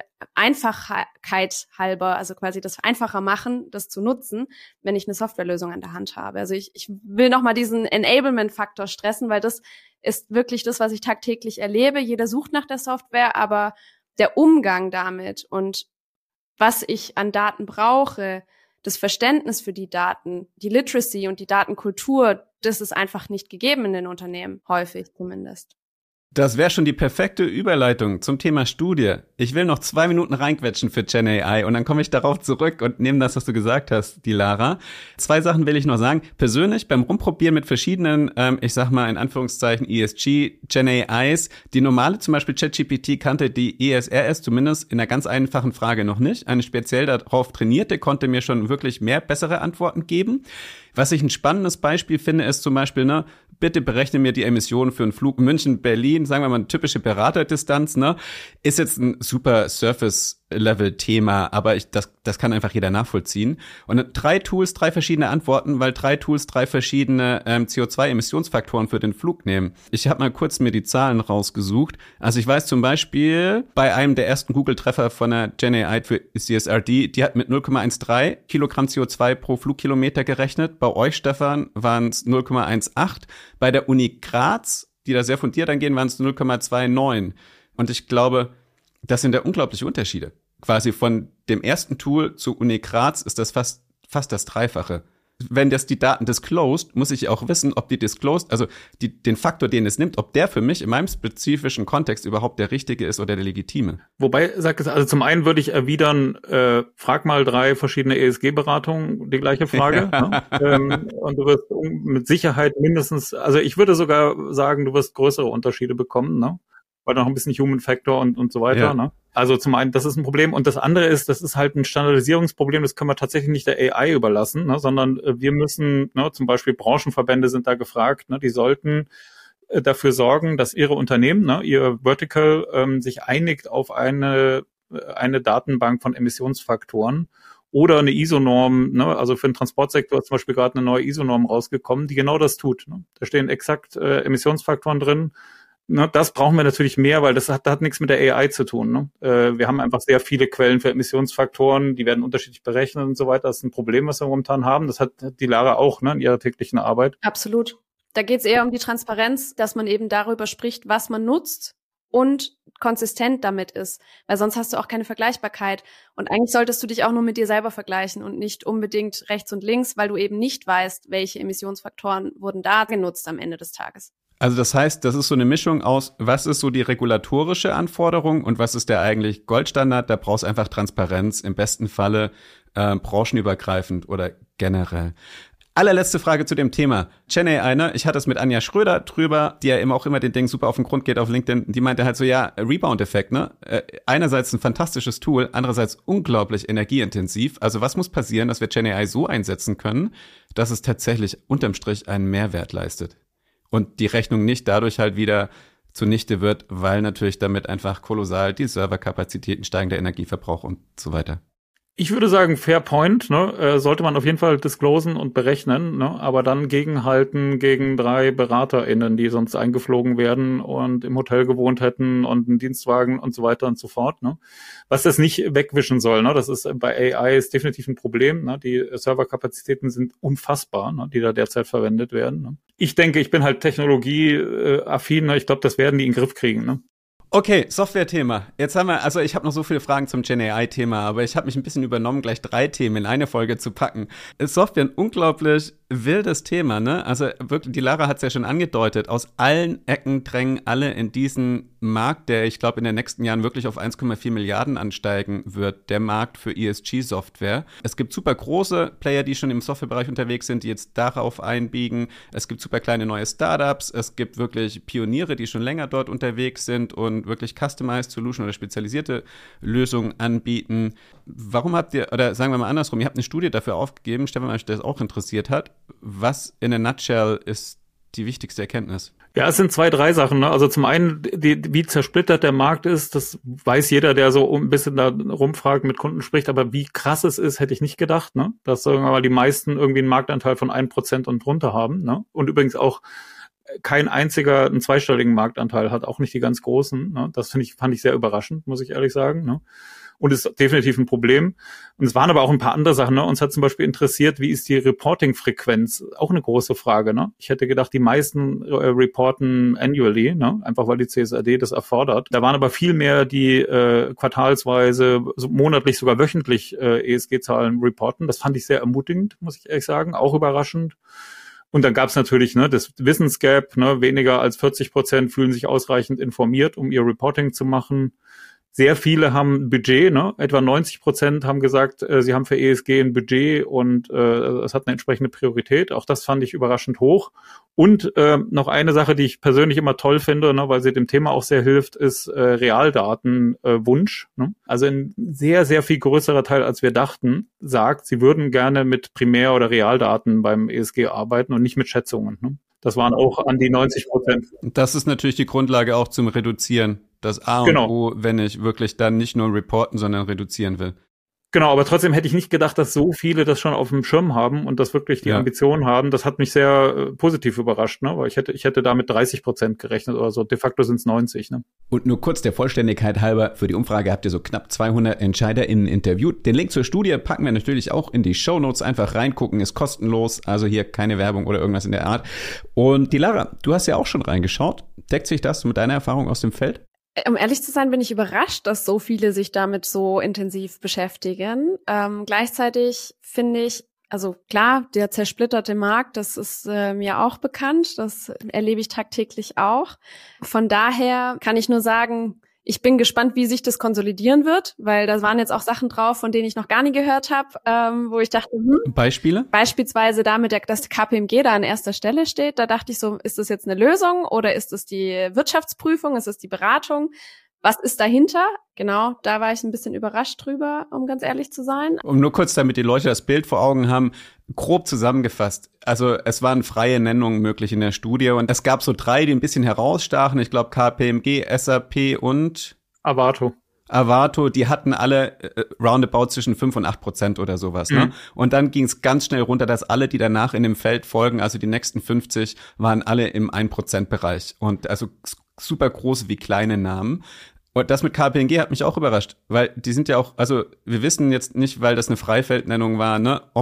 Einfachheit halber, also quasi das einfacher machen, das zu nutzen, wenn ich eine Softwarelösung an der Hand habe. Also ich, ich will nochmal diesen Enablement-Faktor stressen, weil das ist wirklich das, was ich tagtäglich erlebe. Jeder sucht nach der Software, aber der Umgang damit und was ich an Daten brauche, das Verständnis für die Daten, die Literacy und die Datenkultur, das ist einfach nicht gegeben in den Unternehmen, häufig zumindest. Das wäre schon die perfekte Überleitung zum Thema Studie. Ich will noch zwei Minuten reinquetschen für Gen A I und dann komme ich darauf zurück und nehme das, was du gesagt hast, die Lara. Zwei Sachen will ich noch sagen. Persönlich beim Rumprobieren mit verschiedenen, ähm, ich sag mal in Anführungszeichen E S G, Gen A Is, die normale zum Beispiel ChatGPT kannte die E S R S zumindest in einer ganz einfachen Frage noch nicht. Eine speziell darauf trainierte konnte mir schon wirklich mehr bessere Antworten geben. Was ich ein spannendes Beispiel finde, ist zum Beispiel, ne, bitte berechne mir die Emissionen für einen Flug München-Berlin, sagen wir mal eine typische Beraterdistanz, ne, ist jetzt ein super Surface-Level-Thema, aber ich, das, das kann einfach jeder nachvollziehen. Und drei Tools, drei verschiedene Antworten, weil drei Tools drei verschiedene ähm, C O zwei Emissionsfaktoren für den Flug nehmen. Ich habe mal kurz mir die Zahlen rausgesucht. Also ich weiß zum Beispiel, bei einem der ersten Google-Treffer von der Gen A I für C S R D, die hat mit null Komma dreizehn Kilogramm C O zwei pro Flugkilometer gerechnet. Bei euch, Stefan, waren es null Komma achtzehn. Bei der Uni Graz, die da sehr fundiert angehen, waren es null Komma neunundzwanzig. Und ich glaube, das sind ja unglaubliche Unterschiede. Quasi von dem ersten Tool zur Uni Graz ist das fast, fast das Dreifache. Wenn das die Daten disclosed, muss ich auch wissen, ob die disclosed, also die, den Faktor, den es nimmt, ob der für mich in meinem spezifischen Kontext überhaupt der richtige ist oder der legitime. Wobei, sag es, also zum einen würde ich erwidern, äh, frag mal drei verschiedene E S G-Beratungen die gleiche Frage. Ja. Ne? ähm, und du wirst mit Sicherheit mindestens, also ich würde sogar sagen, du wirst größere Unterschiede bekommen, ne? Weil noch ein bisschen Human Factor und und so weiter. Ja. Ne? Also zum einen, das ist ein Problem. Und das andere ist, das ist halt ein Standardisierungsproblem, das können wir tatsächlich nicht der A I überlassen, ne? Sondern äh, wir müssen, ne, zum Beispiel Branchenverbände sind da gefragt, ne, die sollten äh, dafür sorgen, dass ihre Unternehmen, ne, ihr Vertical, ähm, sich einigt auf eine, eine Datenbank von Emissionsfaktoren oder eine I S O-Norm, ne, also für den Transportsektor ist zum Beispiel gerade eine neue I S O-Norm rausgekommen, die genau das tut. Ne? Da stehen exakt äh, Emissionsfaktoren drin. Ne, das brauchen wir natürlich mehr, weil das hat, das hat nichts mit der A I zu tun. Ne? Äh, wir haben einfach sehr viele Quellen für Emissionsfaktoren, die werden unterschiedlich berechnet und so weiter. Das ist ein Problem, was wir momentan haben. Das hat die Lara auch, ne, in ihrer täglichen Arbeit. Absolut. Da geht es eher um die Transparenz, dass man eben darüber spricht, was man nutzt und konsistent damit ist, weil sonst hast du auch keine Vergleichbarkeit. Und eigentlich solltest du dich auch nur mit dir selber vergleichen und nicht unbedingt rechts und links, weil du eben nicht weißt, welche Emissionsfaktoren wurden da genutzt am Ende des Tages. Also das heißt, das ist so eine Mischung aus, was ist so die regulatorische Anforderung und was ist der eigentlich Goldstandard? Da brauchst du einfach Transparenz, im besten Falle äh, branchenübergreifend oder generell. Allerletzte Frage zu dem Thema. GenAI, ne? Ich hatte es mit Anja Schröder drüber, die ja immer auch immer den Dingen super auf den Grund geht auf LinkedIn. Die meinte halt so, ja, Rebound-Effekt, ne? Äh, einerseits ein fantastisches Tool, andererseits unglaublich energieintensiv. Also was muss passieren, dass wir GenAI so einsetzen können, dass es tatsächlich unterm Strich einen Mehrwert leistet? Und die Rechnung nicht dadurch halt wieder zunichte wird, weil natürlich damit einfach kolossal die Serverkapazitäten steigen, der Energieverbrauch und so weiter. Ich würde sagen, fair point, ne, äh, sollte man auf jeden Fall disclosen und berechnen, ne, aber dann gegenhalten gegen drei BeraterInnen, die sonst eingeflogen werden und im Hotel gewohnt hätten und einen Dienstwagen und so weiter und so fort, ne. Was das nicht wegwischen soll, ne, das ist bei A I ist definitiv ein Problem, ne, die Serverkapazitäten sind unfassbar, ne, die da derzeit verwendet werden, ne. Ich denke, ich bin halt technologieaffin, ne, ich glaube, das werden die in den Griff kriegen, ne. Okay, Software-Thema. Jetzt haben wir, also ich habe noch so viele Fragen zum GenAI-Thema, aber ich habe mich ein bisschen übernommen, gleich drei Themen in eine Folge zu packen. Ist Software ein unglaublich wildes Thema, ne? Also wirklich, die Lara hat es ja schon angedeutet, aus allen Ecken drängen alle in diesen Markt, der ich glaube in den nächsten Jahren wirklich auf eins Komma vier Milliarden ansteigen wird, der Markt für E S G-Software. Es gibt super große Player, die schon im Softwarebereich unterwegs sind, die jetzt darauf einbiegen. Es gibt super kleine neue Startups, es gibt wirklich Pioniere, die schon länger dort unterwegs sind und wirklich Customized Solution oder spezialisierte Lösungen anbieten. Warum habt ihr, oder sagen wir mal andersrum, ihr habt eine Studie dafür aufgegeben, Stefan, weil euch das auch interessiert hat. Was in a nutshell ist die wichtigste Erkenntnis? Ja, es sind zwei, drei Sachen, ne? Also zum einen, die, wie zersplittert der Markt ist, das weiß jeder, der so ein bisschen da rumfragt, mit Kunden spricht, aber wie krass es ist, hätte ich nicht gedacht, ne? Dass sagen wir mal die meisten irgendwie einen Marktanteil von ein Prozent und drunter haben, ne? Und übrigens auch kein einziger einen zweistelligen Marktanteil hat, auch nicht die ganz großen, ne? Das finde ich, fand ich sehr überraschend, muss ich ehrlich sagen, ne? Und ist definitiv ein Problem. Und es waren aber auch ein paar andere Sachen. Ne? Uns hat zum Beispiel interessiert, wie ist die Reporting-Frequenz? Auch eine große Frage. Ne? Ich hätte gedacht, die meisten äh, reporten annually, ne? Einfach weil die C S R D das erfordert. Da waren aber viel mehr, die äh, quartalsweise, so monatlich, sogar wöchentlich äh, E S G-Zahlen reporten. Das fand ich sehr ermutigend, muss ich ehrlich sagen. Auch überraschend. Und dann gab es natürlich ne, das Wissensgap. Ne? Weniger als vierzig Prozent fühlen sich ausreichend informiert, um ihr Reporting zu machen. Sehr viele haben Budget, ne? Etwa neunzig Prozent haben gesagt, äh, sie haben für E S G ein Budget und äh, es hat eine entsprechende Priorität. Auch das fand ich überraschend hoch. Und äh, noch eine Sache, die ich persönlich immer toll finde, ne, weil sie dem Thema auch sehr hilft, ist äh, Realdatenwunsch. Äh, ne? Also ein sehr, sehr viel größerer Teil, als wir dachten, sagt, sie würden gerne mit Primär- oder Realdaten beim E S G arbeiten und nicht mit Schätzungen. Ne? Das waren auch an die neunzig Prozent. Das ist natürlich die Grundlage auch zum Reduzieren. Das A und Genau. O, wenn ich wirklich dann nicht nur reporten, sondern reduzieren will. Genau, aber trotzdem hätte ich nicht gedacht, dass so viele das schon auf dem Schirm haben und das wirklich die ja. Ambitionen haben. Das hat mich sehr äh, positiv überrascht, ne? Weil ich hätte, ich hätte da mit dreißig Prozent gerechnet oder so. De facto sind es neunzig, ne? Und nur kurz der Vollständigkeit halber, für die Umfrage habt ihr so knapp zweihundert EntscheiderInnen interviewt. Den Link zur Studie packen wir natürlich auch in die Shownotes. Einfach reingucken, ist kostenlos. Also hier keine Werbung oder irgendwas in der Art. Und die Lara, du hast ja auch schon reingeschaut. Deckt sich das mit deiner Erfahrung aus dem Feld? Um ehrlich zu sein, bin ich überrascht, dass so viele sich damit so intensiv beschäftigen. Ähm, gleichzeitig finde ich, also klar, der zersplitterte Markt, das ist äh, mir auch bekannt, das erlebe ich tagtäglich auch. Von daher kann ich nur sagen, ich bin gespannt, wie sich das konsolidieren wird, weil da waren jetzt auch Sachen drauf, von denen ich noch gar nie gehört habe, ähm, wo ich dachte, hm. Beispiele? Beispielsweise damit, dass K P M G da an erster Stelle steht. Da dachte ich so, ist das jetzt eine Lösung oder ist das die Wirtschaftsprüfung, ist das die Beratung? Was ist dahinter? Genau, da war ich ein bisschen überrascht drüber, um ganz ehrlich zu sein. Um nur kurz, damit die Leute das Bild vor Augen haben, grob zusammengefasst. Also es waren freie Nennungen möglich in der Studie und es gab so drei, die ein bisschen herausstachen. Ich glaube K P M G, S A P und Avato. Avato, die hatten alle äh, roundabout zwischen fünf und acht Prozent oder sowas. Mhm. Ne? Und dann ging es ganz schnell runter, dass alle, die danach in dem Feld folgen, also die nächsten fünfzig, waren alle im ein Prozent Bereich. Und also super große wie kleine Namen. Und das mit K P M G hat mich auch überrascht, weil die sind ja auch, also wir wissen jetzt nicht, weil das eine Freifeldnennung war, ne, ob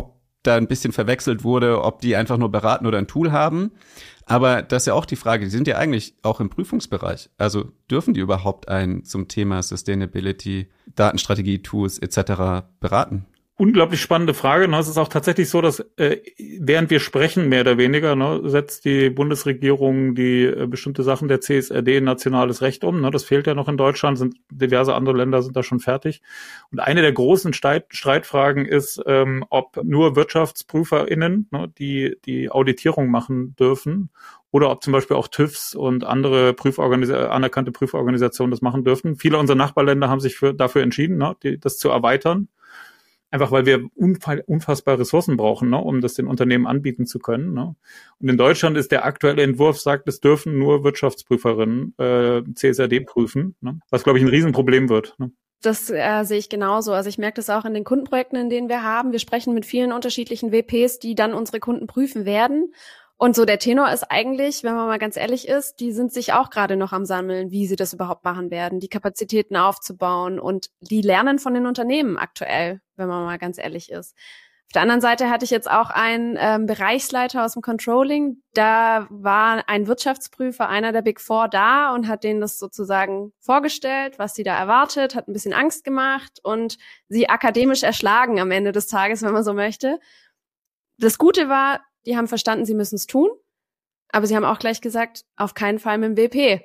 da ein bisschen verwechselt wurde, ob die einfach nur beraten oder ein Tool haben. Aber das ist ja auch die Frage, die sind ja eigentlich auch im Prüfungsbereich. Also dürfen die überhaupt einen zum Thema Sustainability, Datenstrategie, Tools et cetera beraten? Unglaublich spannende Frage. Es ist auch tatsächlich so, dass äh, während wir sprechen, mehr oder weniger, ne, setzt die Bundesregierung die äh, bestimmte Sachen der C S R D in nationales Recht um. Ne. Das fehlt ja noch in Deutschland, sind diverse andere Länder sind da schon fertig. Und eine der großen Streit, Streitfragen ist, ähm, ob nur WirtschaftsprüferInnen, ne, die die Auditierung machen dürfen, oder ob zum Beispiel auch TÜVs und andere Prüforganisa- anerkannte Prüforganisationen das machen dürfen. Viele unserer Nachbarländer haben sich für, dafür entschieden, ne, die, das zu erweitern. Einfach weil wir unfassbare Ressourcen brauchen, ne, um das den Unternehmen anbieten zu können. Ne. Und in Deutschland ist der aktuelle Entwurf, sagt, es dürfen nur Wirtschaftsprüferinnen äh, C S R D prüfen, ne, was, glaube ich, ein Riesenproblem wird. Ne. Das äh, sehe ich genauso. Also ich merke das auch in den Kundenprojekten, in denen wir haben. Wir sprechen mit vielen unterschiedlichen W Ps, die dann unsere Kunden prüfen werden. Und so der Tenor ist eigentlich, wenn man mal ganz ehrlich ist, die sind sich auch gerade noch am Sammeln, wie sie das überhaupt machen werden, die Kapazitäten aufzubauen. Und die lernen von den Unternehmen aktuell, wenn man mal ganz ehrlich ist. Auf der anderen Seite hatte ich jetzt auch einen ähm, Bereichsleiter aus dem Controlling. Da war ein Wirtschaftsprüfer, einer der Big Four, da und hat denen das sozusagen vorgestellt, was sie da erwartet, hat ein bisschen Angst gemacht und sie akademisch erschlagen am Ende des Tages, wenn man so möchte. Das Gute war, die haben verstanden, sie müssen es tun, aber sie haben auch gleich gesagt, auf keinen Fall mit dem W P.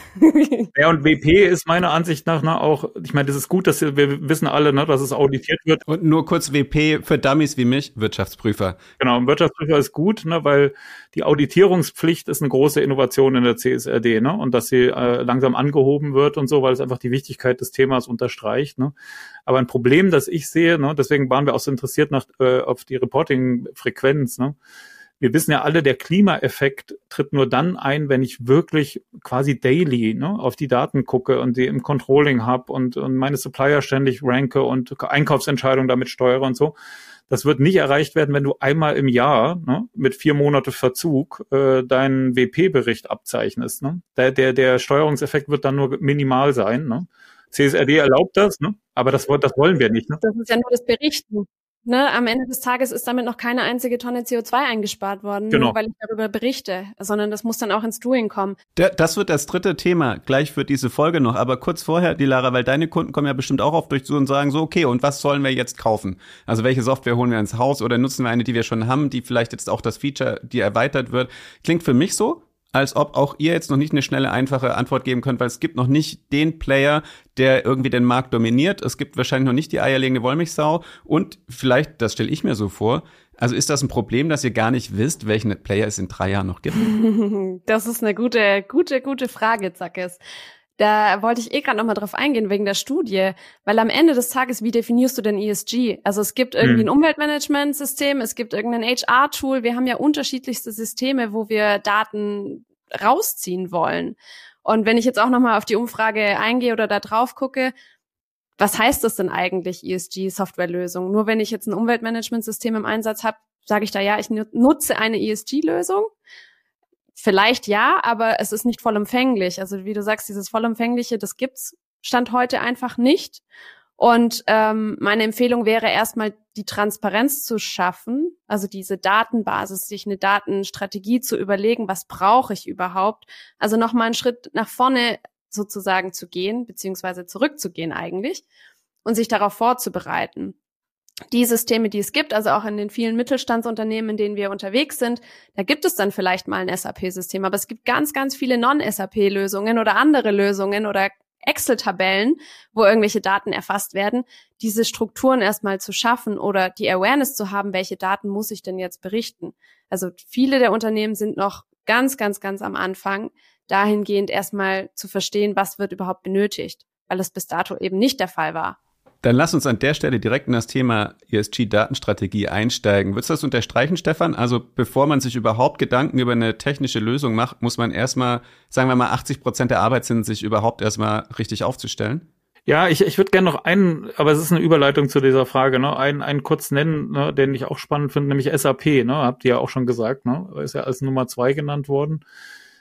Ja, und W P ist meiner Ansicht nach ne, auch, ich meine, das ist gut, dass wir, wir wissen alle, ne, dass es auditiert wird. Und nur kurz W P für Dummies wie mich, Wirtschaftsprüfer. Genau, ein Wirtschaftsprüfer ist gut, ne, weil die Auditierungspflicht ist eine große Innovation in der C S R D, ne, und dass sie äh, langsam angehoben wird und so, weil es einfach die Wichtigkeit des Themas unterstreicht, ne. Aber ein Problem, das ich sehe, ne, deswegen waren wir auch so interessiert nach äh, auf die Reporting-Frequenz, ne. Wir wissen ja alle, der Klimaeffekt tritt nur dann ein, wenn ich wirklich quasi daily ne, auf die Daten gucke und die im Controlling habe und, und meine Supplier ständig ranke und Einkaufsentscheidungen damit steuere und so. Das wird nicht erreicht werden, wenn du einmal im Jahr ne, mit vier Monate Verzug äh, deinen W P-Bericht abzeichnest. Ne? Der, der, der Steuerungseffekt wird dann nur minimal sein. Ne? C S R D erlaubt das, ne? Aber das, das wollen wir nicht. Ne? Das ist ja nur das Berichten. Ne, am Ende des Tages ist damit noch keine einzige Tonne C O zwei eingespart worden, genau. Nur weil ich darüber berichte, sondern das muss dann auch ins Doing kommen. Das wird das dritte Thema gleich für diese Folge noch, aber kurz vorher, Dilara, weil deine Kunden kommen ja bestimmt auch oft durch zu und sagen so, okay, und was sollen wir jetzt kaufen? Also welche Software holen wir ins Haus oder nutzen wir eine, die wir schon haben, die vielleicht jetzt auch das Feature, die erweitert wird? Klingt für mich so, als ob auch ihr jetzt noch nicht eine schnelle, einfache Antwort geben könnt, weil es gibt noch nicht den Player, der irgendwie den Markt dominiert. Es gibt wahrscheinlich noch nicht die eierlegende Wollmilchsau. Und vielleicht, das stelle ich mir so vor, also ist das ein Problem, dass ihr gar nicht wisst, welchen Player es in drei Jahren noch gibt? Das ist eine gute, gute, gute Frage, Zackes. Da wollte ich eh gerade nochmal drauf eingehen, wegen der Studie. Weil am Ende des Tages, wie definierst du denn E S G? Also es gibt irgendwie hm. ein Umweltmanagementsystem, es gibt irgendein H R-Tool. Wir haben ja unterschiedlichste Systeme, wo wir Daten rausziehen wollen. Und wenn ich jetzt auch nochmal auf die Umfrage eingehe oder da drauf gucke, was heißt das denn eigentlich, E S G-Softwarelösung? Nur wenn ich jetzt ein Umweltmanagementsystem im Einsatz habe, sage ich da, ja, ich nutze eine E S G-Lösung. Vielleicht ja, aber es ist nicht vollumfänglich. Also wie du sagst, dieses Vollumfängliche, das gibt's Stand heute einfach nicht. Und ähm, meine Empfehlung wäre erstmal, die Transparenz zu schaffen, also diese Datenbasis, sich eine Datenstrategie zu überlegen, was brauche ich überhaupt? Also nochmal einen Schritt nach vorne sozusagen zu gehen, beziehungsweise zurückzugehen eigentlich und sich darauf vorzubereiten. Die Systeme, die es gibt, also auch in den vielen Mittelstandsunternehmen, in denen wir unterwegs sind, da gibt es dann vielleicht mal ein S A P-System, aber es gibt ganz, ganz viele Non-S A P-Lösungen oder andere Lösungen oder Excel-Tabellen, wo irgendwelche Daten erfasst werden, diese Strukturen erstmal zu schaffen oder die Awareness zu haben, welche Daten muss ich denn jetzt berichten. Also viele der Unternehmen sind noch ganz, ganz, ganz am Anfang, dahingehend erstmal zu verstehen, was wird überhaupt benötigt, weil es bis dato eben nicht der Fall war. Dann lass uns an der Stelle direkt in das Thema E S G-Datenstrategie einsteigen. Würdest du das unterstreichen, Stefan? Also bevor man sich überhaupt Gedanken über eine technische Lösung macht, muss man erstmal, sagen wir mal, achtzig Prozent der Arbeit sind, sich überhaupt erstmal richtig aufzustellen? Ja, ich, ich würde gerne noch einen, aber es ist eine Überleitung zu dieser Frage, ne, einen, einen kurz nennen, ne, den ich auch spannend finde, nämlich S A P, ne, habt ihr ja auch schon gesagt, ne, ist ja als Nummer zwei genannt worden.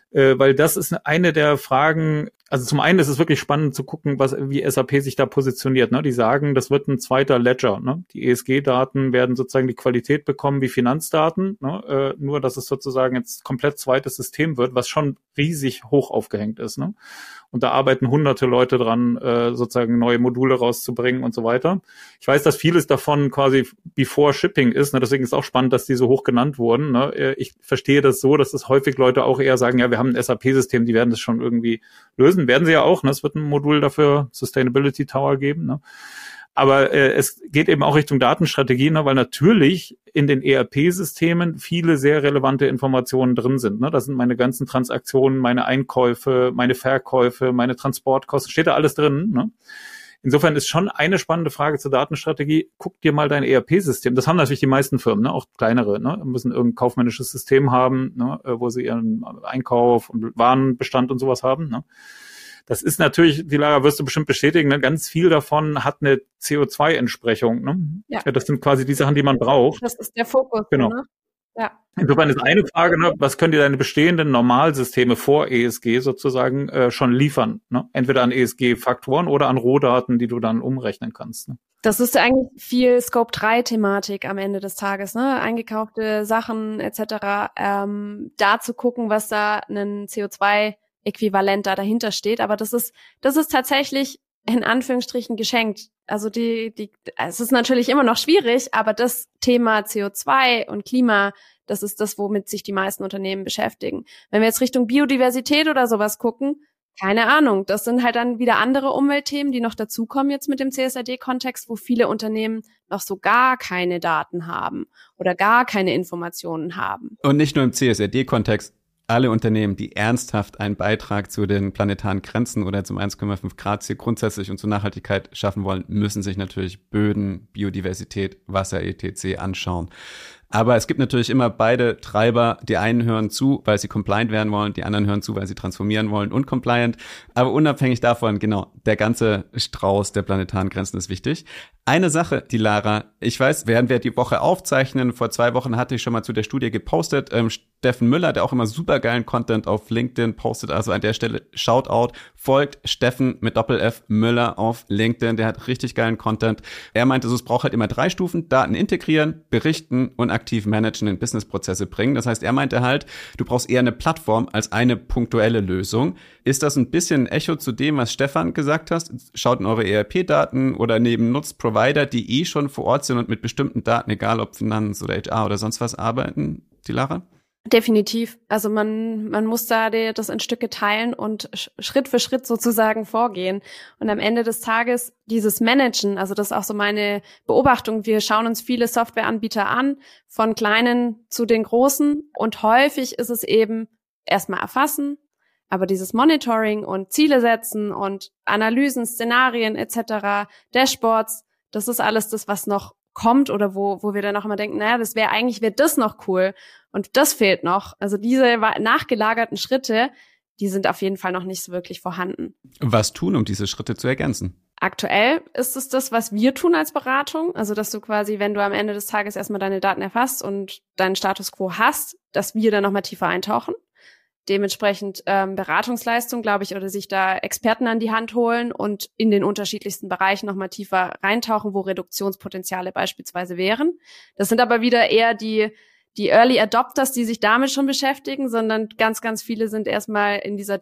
äh, weil das ist eine der Fragen. Also zum einen ist es wirklich spannend zu gucken, was wie S A P sich da positioniert. Ne? Die sagen, das wird ein zweiter Ledger. Ne? Die E S G-Daten werden sozusagen die Qualität bekommen wie Finanzdaten. Ne? Äh, nur, dass es sozusagen jetzt komplett zweites System wird, was schon riesig hoch aufgehängt ist. Ne? Und da arbeiten hunderte Leute dran, äh, sozusagen neue Module rauszubringen und so weiter. Ich weiß, dass vieles davon quasi before shipping ist. Ne? Deswegen ist es auch spannend, dass die so hoch genannt wurden. Ne? Ich verstehe das so, dass es häufig Leute auch eher sagen, ja, wir haben ein S A P-System, die werden das schon irgendwie lösen. Werden sie ja auch. Ne? Es wird ein Modul dafür, Sustainability Tower, geben. Ne? Aber äh, es geht eben auch Richtung Datenstrategie, ne? Weil natürlich in den E R P-Systemen viele sehr relevante Informationen drin sind. Ne? Da sind meine ganzen Transaktionen, meine Einkäufe, meine Verkäufe, meine Transportkosten, steht da alles drin. Ne? Insofern ist schon eine spannende Frage zur Datenstrategie. Guck dir mal dein E R P-System. Das haben natürlich die meisten Firmen, ne? Auch kleinere, ne? Müssen irgendein kaufmännisches System haben, ne? Wo sie ihren Einkauf und Warenbestand und sowas haben. Ne? Das ist natürlich, die Lara wirst du bestimmt bestätigen, ne? Ganz viel davon hat eine C O zwei Entsprechung. Ne? Ja. Das sind quasi die Sachen, die man braucht. Das ist der Fokus. Genau. Ne? Ja. Insofern ist eine Frage, ne, was können dir deine bestehenden Normalsysteme vor E S G sozusagen äh, schon liefern? Ne? Entweder an E S G-Faktoren oder an Rohdaten, die du dann umrechnen kannst. Ne? Das ist eigentlich viel Scope drei Thematik am Ende des Tages, ne? Eingekaufte Sachen et cetera. Ähm, da zu gucken, was da ein C O zwei Äquivalent da dahinter steht, aber das ist das ist tatsächlich in Anführungsstrichen geschenkt. Also die die es ist natürlich immer noch schwierig, aber das Thema C O zwei und Klima, das ist das, womit sich die meisten Unternehmen beschäftigen. Wenn wir jetzt Richtung Biodiversität oder sowas gucken, keine Ahnung, das sind halt dann wieder andere Umweltthemen, die noch dazukommen jetzt mit dem C S R D-Kontext, wo viele Unternehmen noch so gar keine Daten haben oder gar keine Informationen haben. Und nicht nur im C S R D-Kontext. Alle Unternehmen, die ernsthaft einen Beitrag zu den planetaren Grenzen oder zum eins Komma fünf Grad Ziel grundsätzlich und zur Nachhaltigkeit schaffen wollen, müssen sich natürlich Böden, Biodiversität, Wasser et cetera anschauen. Aber es gibt natürlich immer beide Treiber. Die einen hören zu, weil sie compliant werden wollen, die anderen hören zu, weil sie transformieren wollen und compliant. Aber unabhängig davon, genau, der ganze Strauß der planetaren Grenzen ist wichtig. Eine Sache, die Lara, ich weiß, während wir die Woche aufzeichnen, vor zwei Wochen hatte ich schon mal zu der Studie gepostet, ähm, Steffen Müller, der auch immer supergeilen Content auf LinkedIn postet, also an der Stelle Shoutout, folgt Steffen mit Doppel-F Müller auf LinkedIn, der hat richtig geilen Content. Er meinte, so, es braucht halt immer drei Stufen, Daten integrieren, berichten und aktiv managen, in Businessprozesse bringen. Das heißt, er meinte halt, du brauchst eher eine Plattform als eine punktuelle Lösung. Ist das ein bisschen ein Echo zu dem, was Stefan gesagt hat? Schaut in eure E R P-Daten oder neben nutzt Provider, die eh schon vor Ort sind und mit bestimmten Daten, egal ob Finanz oder H R oder sonst was arbeiten, die Lara? Definitiv. Also man man muss da die, das in Stücke teilen und sch- Schritt für Schritt sozusagen vorgehen. Und am Ende des Tages dieses Managen, also das ist auch so meine Beobachtung. Wir schauen uns viele Softwareanbieter an, von kleinen zu den großen. Und häufig ist es eben erstmal erfassen, aber dieses Monitoring und Ziele setzen und Analysen, Szenarien et cetera, Dashboards, das ist alles das, was noch kommt oder wo wo wir dann auch immer denken, naja, das wäre eigentlich, wäre das noch cool. Und das fehlt noch. Also diese nachgelagerten Schritte, die sind auf jeden Fall noch nicht so wirklich vorhanden. Was tun, um diese Schritte zu ergänzen? Aktuell ist es das, was wir tun als Beratung. Also, dass du quasi, wenn du am Ende des Tages erstmal deine Daten erfasst und deinen Status quo hast, dass wir dann nochmal tiefer eintauchen. Dementsprechend ähm, Beratungsleistung, glaube ich, oder sich da Experten an die Hand holen und in den unterschiedlichsten Bereichen nochmal tiefer reintauchen, wo Reduktionspotenziale beispielsweise wären. Das sind aber wieder eher die die Early Adopters, die sich damit schon beschäftigen, sondern ganz, ganz viele sind erstmal in dieser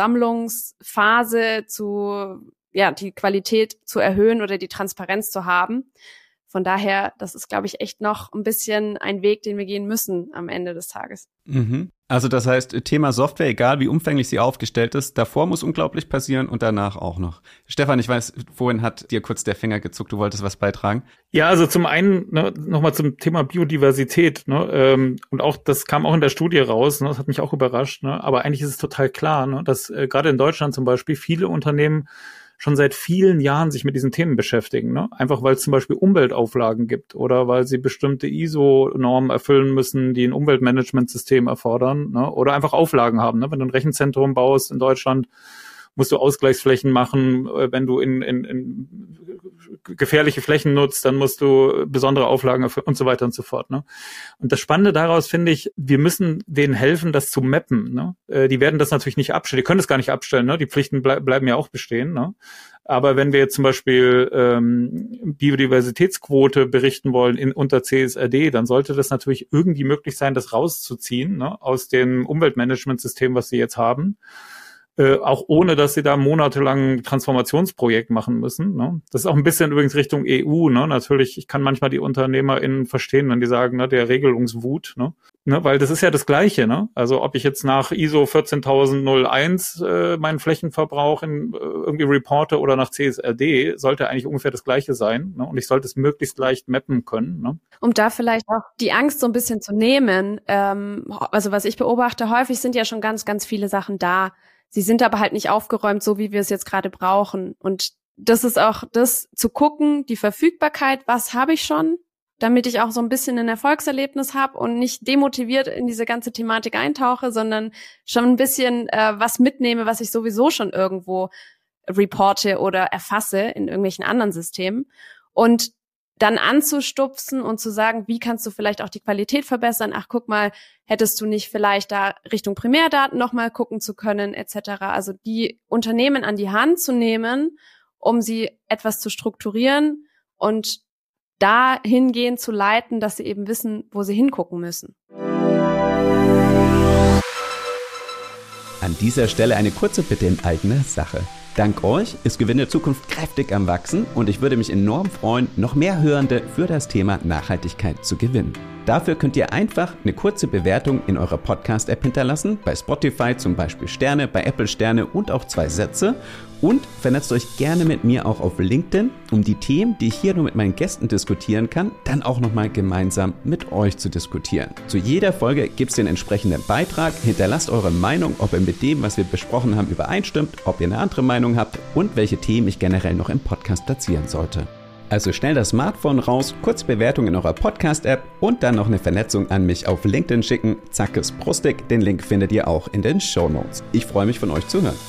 Datensammlungsphase zu, ja, die Qualität zu erhöhen oder die Transparenz zu haben. Von daher, das ist, glaube ich, echt noch ein bisschen ein Weg, den wir gehen müssen am Ende des Tages. Mhm. Also das heißt, Thema Software, egal wie umfänglich sie aufgestellt ist, davor muss unglaublich passieren und danach auch noch. Stefan, ich weiß, vorhin hat dir kurz der Finger gezuckt, du wolltest was beitragen. Ja, also zum einen ne, nochmal zum Thema Biodiversität. Ne, ähm, und auch das kam auch in der Studie raus, ne, das hat mich auch überrascht. Ne, aber eigentlich ist es total klar, ne, dass äh, gerade in Deutschland zum Beispiel viele Unternehmen schon seit vielen Jahren sich mit diesen Themen beschäftigen, ne? Einfach weil es zum Beispiel Umweltauflagen gibt oder weil sie bestimmte I S O-Normen erfüllen müssen, die ein Umweltmanagementsystem erfordern, ne? Oder einfach Auflagen haben, ne? Wenn du ein Rechenzentrum baust in Deutschland, musst du Ausgleichsflächen machen. Wenn du in, in, in gefährliche Flächen nutzt, dann musst du besondere Auflagen erfüllen und so weiter und so fort. Ne? Und das Spannende daraus finde ich, wir müssen denen helfen, das zu mappen. Ne? Äh, die werden das natürlich nicht abstellen, die können das gar nicht abstellen. Ne? Die Pflichten bleib, bleiben ja auch bestehen. Ne? Aber wenn wir jetzt zum Beispiel ähm, Biodiversitätsquote berichten wollen in unter C S R D, dann sollte das natürlich irgendwie möglich sein, das rauszuziehen, ne, aus dem Umweltmanagementsystem, was sie jetzt haben. Äh, auch ohne, dass sie da monatelang ein Transformationsprojekt machen müssen. Ne? Das ist auch ein bisschen übrigens Richtung E U. Ne? Natürlich, ich kann manchmal die UnternehmerInnen verstehen, wenn die sagen, ne, der Regelungswut. Ne? Ne? Weil das ist ja das Gleiche. Ne? Also ob ich jetzt nach I S O vierzehntausend eins äh, meinen Flächenverbrauch in, äh, irgendwie reporte oder nach C S R D, sollte eigentlich ungefähr das Gleiche sein. Ne? Und ich sollte es möglichst leicht mappen können. Ne? Um da vielleicht auch die Angst so ein bisschen zu nehmen. Ähm, also was ich beobachte, häufig sind ja schon ganz, ganz viele Sachen da. Sie sind aber halt nicht aufgeräumt, so wie wir es jetzt gerade brauchen. Und das ist auch das zu gucken, die Verfügbarkeit, was habe ich schon, damit ich auch so ein bisschen ein Erfolgserlebnis habe und nicht demotiviert in diese ganze Thematik eintauche, sondern schon ein bisschen äh, was mitnehme, was ich sowieso schon irgendwo reporte oder erfasse in irgendwelchen anderen Systemen. Und dann anzustupsen und zu sagen, wie kannst du vielleicht auch die Qualität verbessern? Ach, guck mal, hättest du nicht vielleicht da Richtung Primärdaten nochmal gucken zu können, et cetera. Also die Unternehmen an die Hand zu nehmen, um sie etwas zu strukturieren und dahingehend zu leiten, dass sie eben wissen, wo sie hingucken müssen. An dieser Stelle eine kurze Bitte in eigener Sache. Dank euch ist Gewinn der Zukunft kräftig am Wachsen und ich würde mich enorm freuen, noch mehr Hörende für das Thema Nachhaltigkeit zu gewinnen. Dafür könnt ihr einfach eine kurze Bewertung in eurer Podcast-App hinterlassen, bei Spotify zum Beispiel Sterne, bei Apple Sterne und auch zwei Sätze. Und vernetzt euch gerne mit mir auch auf LinkedIn, um die Themen, die ich hier nur mit meinen Gästen diskutieren kann, dann auch nochmal gemeinsam mit euch zu diskutieren. Zu jeder Folge gibt es den entsprechenden Beitrag. Hinterlasst eure Meinung, ob ihr mit dem, was wir besprochen haben, übereinstimmt, ob ihr eine andere Meinung habt und welche Themen ich generell noch im Podcast platzieren sollte. Also schnell das Smartphone raus, kurz Bewertung in eurer Podcast-App und dann noch eine Vernetzung an mich auf LinkedIn schicken. Zack, ist Brustig. Den Link findet ihr auch in den Shownotes. Ich freue mich, von euch zu hören.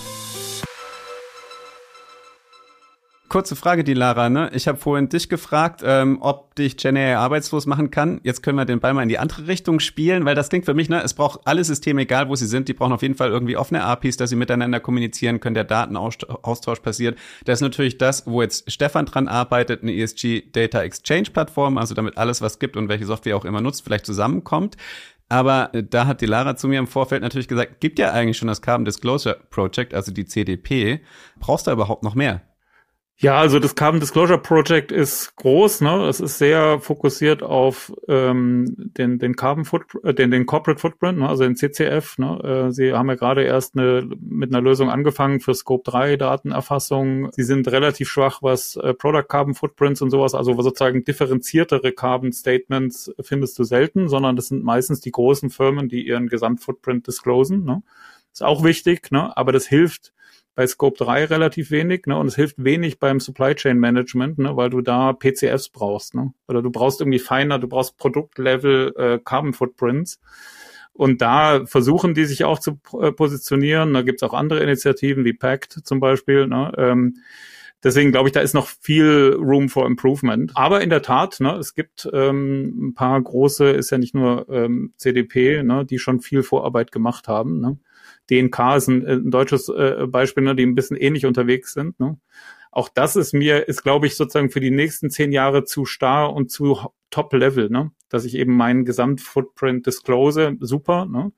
Kurze Frage, die Lara, ne? Ich habe vorhin dich gefragt, ähm, ob dich Gen A I arbeitslos machen kann. Jetzt können wir den Ball mal in die andere Richtung spielen, weil das klingt für mich, ne? Es braucht alle Systeme, egal wo sie sind, die brauchen auf jeden Fall irgendwie offene A P Is, dass sie miteinander kommunizieren können, der Datenaustausch passiert. Das ist natürlich das, wo jetzt Stefan dran arbeitet, eine E S G Data Exchange Plattform, also damit alles, was gibt und welche Software auch immer nutzt, vielleicht zusammenkommt. Aber da hat die Lara zu mir im Vorfeld natürlich gesagt, gibt ja eigentlich schon das Carbon Disclosure Project, also die C D P. Brauchst du überhaupt noch mehr? Ja, also das Carbon Disclosure Project ist groß, ne? Es ist sehr fokussiert auf ähm, den den Carbon Footprint, äh, den den Corporate Footprint, ne? Also den C C F. Ne? Äh, Sie haben ja gerade erst eine mit einer Lösung angefangen für Scope drei Datenerfassung. Sie sind relativ schwach, was äh, Product Carbon Footprints und sowas, also sozusagen differenziertere Carbon Statements findest du selten, sondern das sind meistens die großen Firmen, die ihren Gesamtfootprint disclosen. Ne? Ist auch wichtig, ne? Aber das hilft bei Scope drei relativ wenig, ne, und es hilft wenig beim Supply Chain Management, ne, weil du da P C Fs brauchst, ne, oder du brauchst irgendwie feiner, du brauchst Produktlevel äh, Carbon Footprints. Und da versuchen die sich auch zu äh, positionieren. Da gibt's auch andere Initiativen wie Pact zum Beispiel, ne, ähm, deswegen glaube ich, da ist noch viel Room for Improvement. Aber in der Tat, ne, es gibt ähm, ein paar große, ist ja nicht nur ähm, C D P, ne, die schon viel Vorarbeit gemacht haben, ne. D N K ist ein, ein deutsches äh, Beispiel, ne, die ein bisschen ähnlich unterwegs sind. Ne? Auch das ist mir, ist glaube ich sozusagen für die nächsten zehn Jahre zu starr und zu Top-Level, ne? Dass ich eben meinen Gesamtfootprint disclose, super, ne?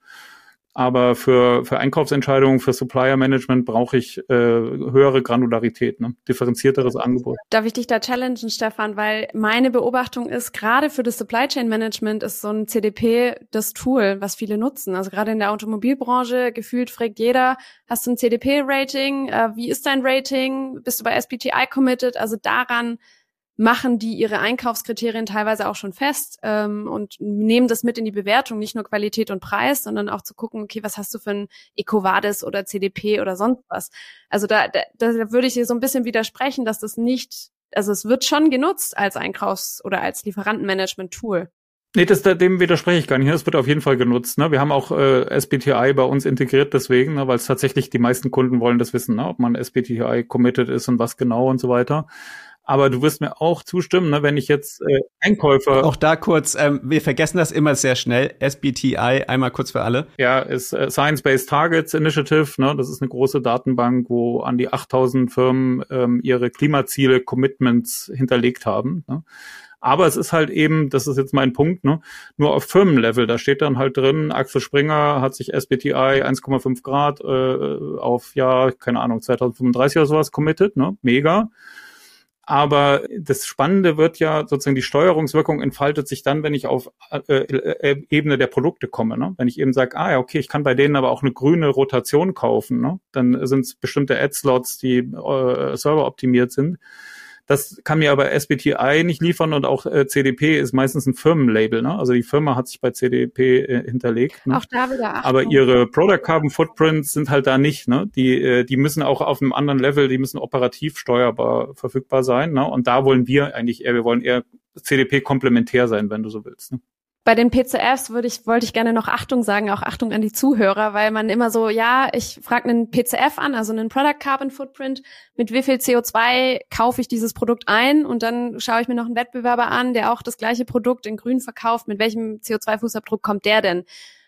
Aber für für Einkaufsentscheidungen, für Supplier-Management brauche ich äh, höhere Granularität, ne? Differenzierteres Angebot. Darf ich dich da challengen, Stefan? Weil meine Beobachtung ist, gerade für das Supply Chain Management ist so ein C D P das Tool, was viele nutzen. Also gerade in der Automobilbranche gefühlt fragt jeder, hast du ein C D P-Rating? Äh, wie ist dein Rating? Bist du bei S B T I committed? Also daran machen die ihre Einkaufskriterien teilweise auch schon fest ähm, und nehmen das mit in die Bewertung, nicht nur Qualität und Preis, sondern auch zu gucken, okay, was hast du für ein EcoVadis oder C D P oder sonst was. Also da, da, da würde ich dir so ein bisschen widersprechen, dass das nicht, also es wird schon genutzt als Einkaufs- oder als Lieferantenmanagement-Tool. Nee, das, dem widerspreche ich gar nicht. Das wird auf jeden Fall genutzt. Ne? Wir haben auch äh, S B T I bei uns integriert deswegen, ne? Weil es tatsächlich die meisten Kunden wollen das wissen, ne? Ob man S B T I committed ist und was genau und so weiter. Aber du wirst mir auch zustimmen, ne? Wenn ich jetzt äh, Einkäufer... Auch da kurz, ähm, wir vergessen das immer sehr schnell. S B T I, einmal kurz für alle. Ja, ist äh, Science-Based Targets Initiative. Ne? Das ist eine große Datenbank, wo an die achttausend Firmen ähm, ihre Klimaziele, Commitments hinterlegt haben. Ne? Aber es ist halt eben, das ist jetzt mein Punkt, ne, nur auf Firmenlevel. Da steht dann halt drin, Axel Springer hat sich S B T I eins Komma fünf Grad äh, auf, ja, keine Ahnung, zwanzig fünfunddreißig oder sowas committed, ne, mega. Aber das Spannende wird ja sozusagen, die Steuerungswirkung entfaltet sich dann, wenn ich auf äh, äh, Ebene der Produkte komme. Ne? Wenn ich eben sage, ah ja, okay, ich kann bei denen aber auch eine grüne Rotation kaufen. Ne? Dann sind es bestimmte Ad-Slots, die äh, serveroptimiert sind. Das kann mir aber S B T I nicht liefern und auch äh, C D P ist meistens ein Firmenlabel. Ne? Also die Firma hat sich bei C D P äh, hinterlegt. Ne? Auch da wieder Achtung. Aber ihre Product Carbon Footprints sind halt da nicht. Ne? Die, äh, die müssen auch auf einem anderen Level, die müssen operativ steuerbar verfügbar sein. Ne? Und da wollen wir eigentlich eher, wir wollen eher C D P komplementär sein, wenn du so willst. Ne? Bei den P C Fs würde ich, wollte ich gerne noch Achtung sagen, auch Achtung an die Zuhörer, weil man immer so, ja, ich frage einen P C F an, also einen Product Carbon Footprint, mit wie viel C O zwei kaufe ich dieses Produkt ein und dann schaue ich mir noch einen Wettbewerber an, der auch das gleiche Produkt in grün verkauft, mit welchem C O zwei Fußabdruck kommt der denn?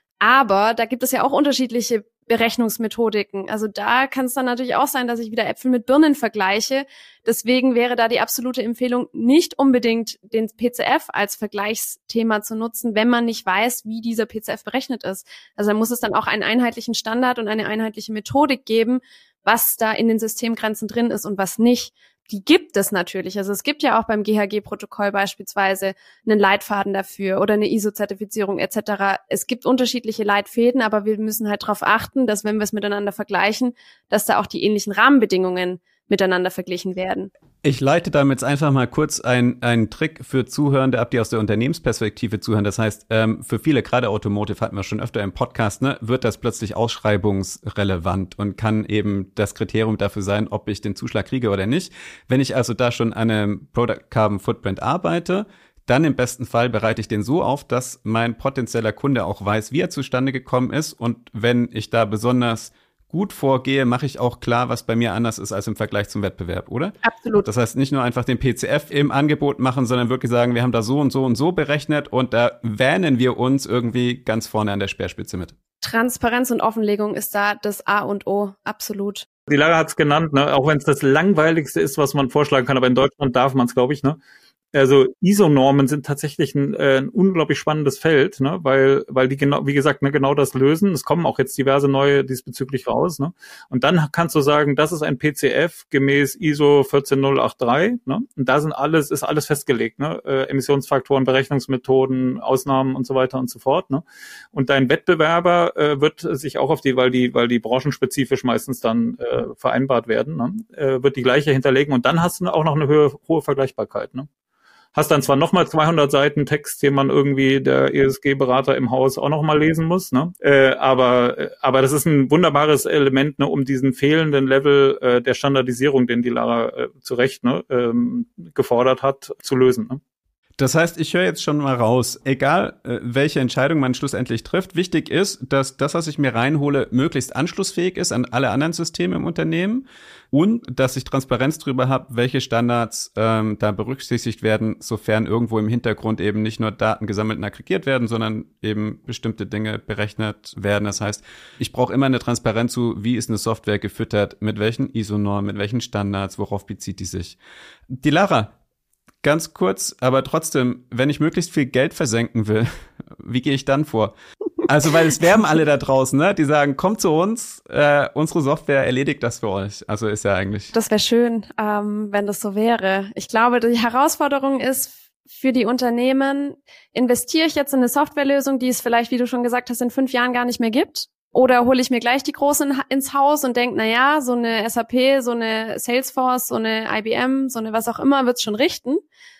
Aber da gibt es ja auch unterschiedliche Berechnungsmethodiken. Also da kann es dann natürlich auch sein, dass ich wieder Äpfel mit Birnen vergleiche. Deswegen wäre da die absolute Empfehlung, nicht unbedingt den P C F als Vergleichsthema zu nutzen, wenn man nicht weiß, wie dieser P C F berechnet ist. Also da muss es dann auch einen einheitlichen Standard und eine einheitliche Methodik geben, was da in den Systemgrenzen drin ist und was nicht. Die gibt es natürlich. Also es gibt ja auch beim G H G-Protokoll beispielsweise einen Leitfaden dafür oder eine I S O-Zertifizierung et cetera. Es gibt unterschiedliche Leitfäden, aber wir müssen halt darauf achten, dass wenn wir es miteinander vergleichen, dass da auch die ähnlichen Rahmenbedingungen miteinander verglichen werden. Ich leite damit einfach mal kurz ein, einen Trick für Zuhörende ab, die aus der Unternehmensperspektive zuhören. Das heißt, ähm, für viele, gerade Automotive, hatten wir schon öfter im Podcast, ne, wird das plötzlich ausschreibungsrelevant und kann eben das Kriterium dafür sein, ob ich den Zuschlag kriege oder nicht. Wenn ich also da schon an einem Product Carbon Footprint arbeite, dann im besten Fall bereite ich den so auf, dass mein potenzieller Kunde auch weiß, wie er zustande gekommen ist. Und wenn ich da besonders gut vorgehe, mache ich auch klar, was bei mir anders ist als im Vergleich zum Wettbewerb, oder? Absolut. Das heißt, nicht nur einfach den P C F im Angebot machen, sondern wirklich sagen, wir haben da so und so und so berechnet und da wähnen wir uns irgendwie ganz vorne an der Speerspitze mit. Transparenz und Offenlegung ist da das A und O, absolut. Die Lara hat es genannt, ne? Auch wenn es das Langweiligste ist, was man vorschlagen kann, aber in Deutschland darf man es, glaube ich, ne? Also I S O-Normen sind tatsächlich ein, äh, ein unglaublich spannendes Feld, ne, weil weil die genau, wie gesagt, ne, genau das lösen. Es kommen auch jetzt diverse neue diesbezüglich raus, ne. Und dann kannst du sagen, das ist ein P C F gemäß I S O vierzehn null dreiundachtzig, ne. Und da sind alles ist alles festgelegt, ne, äh, Emissionsfaktoren, Berechnungsmethoden, Ausnahmen und so weiter und so fort, ne. Und dein Wettbewerber äh, wird sich auch auf die, weil die weil die branchenspezifisch meistens dann äh, vereinbart werden, ne, äh, wird die gleiche hinterlegen und dann hast du auch noch eine hohe hohe Vergleichbarkeit, ne. Hast dann zwar nochmal zweihundert Seiten Text, den man irgendwie der E S G-Berater im Haus auch nochmal lesen muss, ne? Äh, aber aber das ist ein wunderbares Element, ne, um diesen fehlenden Level äh, der Standardisierung, den die Lara äh, zu Recht ne, ähm, gefordert hat, zu lösen. Ne? Das heißt, ich höre jetzt schon mal raus, egal äh, welche Entscheidung man schlussendlich trifft, wichtig ist, dass das, was ich mir reinhole, möglichst anschlussfähig ist an alle anderen Systeme im Unternehmen und dass ich Transparenz darüber habe, welche Standards ähm, da berücksichtigt werden, sofern irgendwo im Hintergrund eben nicht nur Daten gesammelt und aggregiert werden, sondern eben bestimmte Dinge berechnet werden. Das heißt, ich brauche immer eine Transparenz zu, wie ist eine Software gefüttert, mit welchen I S O-Normen, mit welchen Standards, worauf bezieht die sich. Die Lara, ganz kurz, aber trotzdem, wenn ich möglichst viel Geld versenken will, wie gehe ich dann vor? Also, weil es werben alle da draußen, ne? Die sagen, kommt zu uns, äh, unsere Software erledigt das für euch. Also ist ja eigentlich. Das wäre schön, ähm, wenn das so wäre. Ich glaube, die Herausforderung ist für die Unternehmen, investiere ich jetzt in eine Softwarelösung, die es vielleicht, wie du schon gesagt hast, in fünf Jahren gar nicht mehr gibt? Oder hole ich mir gleich die Großen ins Haus und denke, na ja, so eine S A P, so eine Salesforce, so eine I B M, so eine was auch immer, wird's schon richten.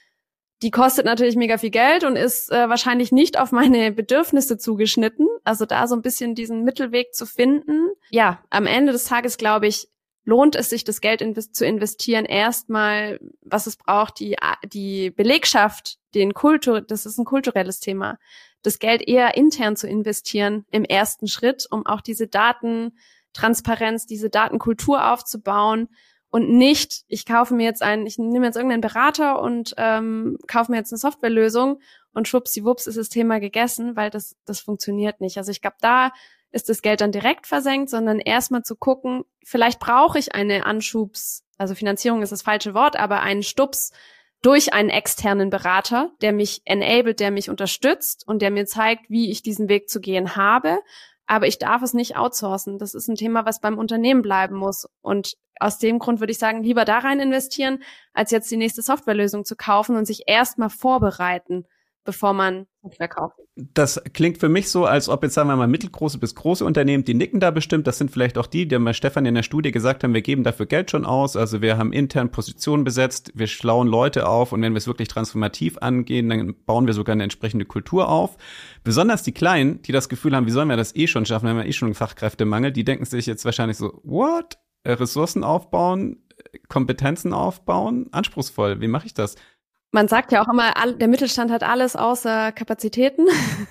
Die kostet natürlich mega viel Geld und ist äh, wahrscheinlich nicht auf meine Bedürfnisse zugeschnitten. Also da so ein bisschen diesen Mittelweg zu finden. Ja, am Ende des Tages glaube ich, lohnt es sich, das Geld invest- zu investieren, erstmal, was es braucht, die, die Belegschaft, den Kultur, das ist ein kulturelles Thema, das Geld eher intern zu investieren im ersten Schritt, um auch diese Datentransparenz, diese Datenkultur aufzubauen und nicht, ich kaufe mir jetzt einen, ich nehme jetzt irgendeinen Berater und ähm, kaufe mir jetzt eine Softwarelösung und schwuppsiwupps ist das Thema gegessen, weil das das funktioniert nicht. Also ich glaube, da ist das Geld dann direkt versenkt, sondern erstmal zu gucken, vielleicht brauche ich eine Anschubs, also Finanzierung ist das falsche Wort, aber einen Stups durch einen externen Berater, der mich enabled, der mich unterstützt und der mir zeigt, wie ich diesen Weg zu gehen habe. Aber ich darf es nicht outsourcen. Das ist ein Thema, was beim Unternehmen bleiben muss. Und aus dem Grund würde ich sagen, lieber da rein investieren, als jetzt die nächste Softwarelösung zu kaufen und sich erstmal vorbereiten, bevor man Software kauft. Das klingt für mich so, als ob jetzt, sagen wir mal, mittelgroße bis große Unternehmen, die nicken da bestimmt. Das sind vielleicht auch die, die bei Stefan in der Studie gesagt haben, wir geben dafür Geld schon aus. Also wir haben intern Positionen besetzt, wir schlauen Leute auf und wenn wir es wirklich transformativ angehen, dann bauen wir sogar eine entsprechende Kultur auf. Besonders die Kleinen, die das Gefühl haben, wie sollen wir das eh schon schaffen, wenn wir eh schon einen Fachkräftemangel, die denken sich jetzt wahrscheinlich so, what? Ressourcen aufbauen, Kompetenzen aufbauen, anspruchsvoll. Wie mache ich das? Man sagt ja auch immer, der Mittelstand hat alles außer Kapazitäten.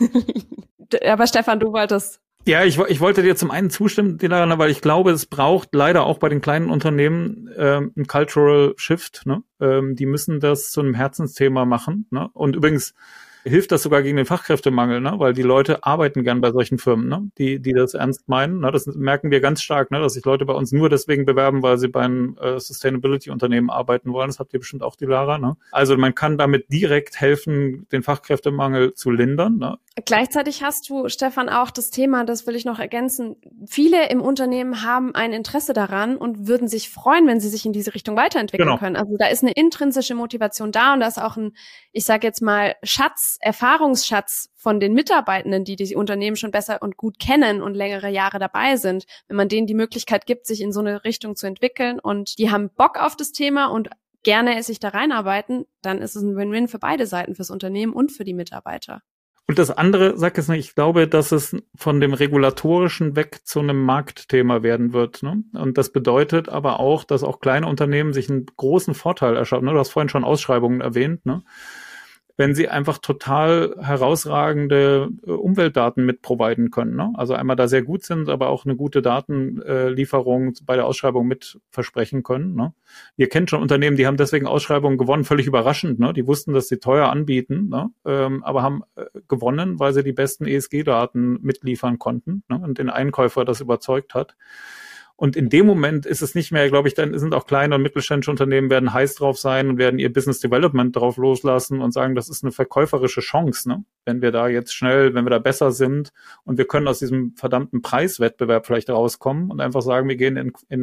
Aber Stefan, du wolltest. Ja, ich, ich wollte dir zum einen zustimmen, Dilara, weil ich glaube, es braucht leider auch bei den kleinen Unternehmen ähm, ein Cultural Shift. Ne? Ähm, die müssen das zu einem Herzensthema machen. Ne? Und übrigens hilft das sogar gegen den Fachkräftemangel, ne? Weil die Leute arbeiten gern bei solchen Firmen, ne? die die das ernst meinen. Ne? Das merken wir ganz stark, ne? Dass sich Leute bei uns nur deswegen bewerben, weil sie bei einem äh, Sustainability-Unternehmen arbeiten wollen. Das habt ihr bestimmt auch, Dilara. Ne? Also man kann damit direkt helfen, den Fachkräftemangel zu lindern. Ne? Gleichzeitig hast du, Stefan, auch das Thema, das will ich noch ergänzen, viele im Unternehmen haben ein Interesse daran und würden sich freuen, wenn sie sich in diese Richtung weiterentwickeln genau. können. Also da ist eine intrinsische Motivation da und da ist auch ein, ich sage jetzt mal, Schatz, Erfahrungsschatz von den Mitarbeitenden, die die Unternehmen schon besser und gut kennen und längere Jahre dabei sind, wenn man denen die Möglichkeit gibt, sich in so eine Richtung zu entwickeln und die haben Bock auf das Thema und gerne sich da reinarbeiten, dann ist es ein Win-Win für beide Seiten, fürs Unternehmen und für die Mitarbeiter. Und das andere, sag jetzt nicht, ich glaube, dass es von dem Regulatorischen weg zu einem Marktthema werden wird. Ne? Und das bedeutet aber auch, dass auch kleine Unternehmen sich einen großen Vorteil erschaffen. Ne? Du hast vorhin schon Ausschreibungen erwähnt, ne? Wenn sie einfach total herausragende äh, Umweltdaten mit providen können. Ne? Also einmal da sehr gut sind, aber auch eine gute Datenlieferung äh, bei der Ausschreibung mit versprechen können. Ne? Ihr kennt schon Unternehmen, die haben deswegen Ausschreibungen gewonnen, völlig überraschend. Ne? Die wussten, dass sie teuer anbieten, ne? ähm, aber haben äh, gewonnen, weil sie die besten E S G-Daten mitliefern konnten, ne? Und den Einkäufer das überzeugt hat. Und in dem Moment ist es nicht mehr, glaube ich, dann sind auch kleine und mittelständische Unternehmen werden heiß drauf sein und werden ihr Business Development drauf loslassen und sagen, das ist eine verkäuferische Chance, ne? Wenn wir da jetzt schnell, wenn wir da besser sind und wir können aus diesem verdammten Preiswettbewerb vielleicht rauskommen und einfach sagen, wir gehen in, in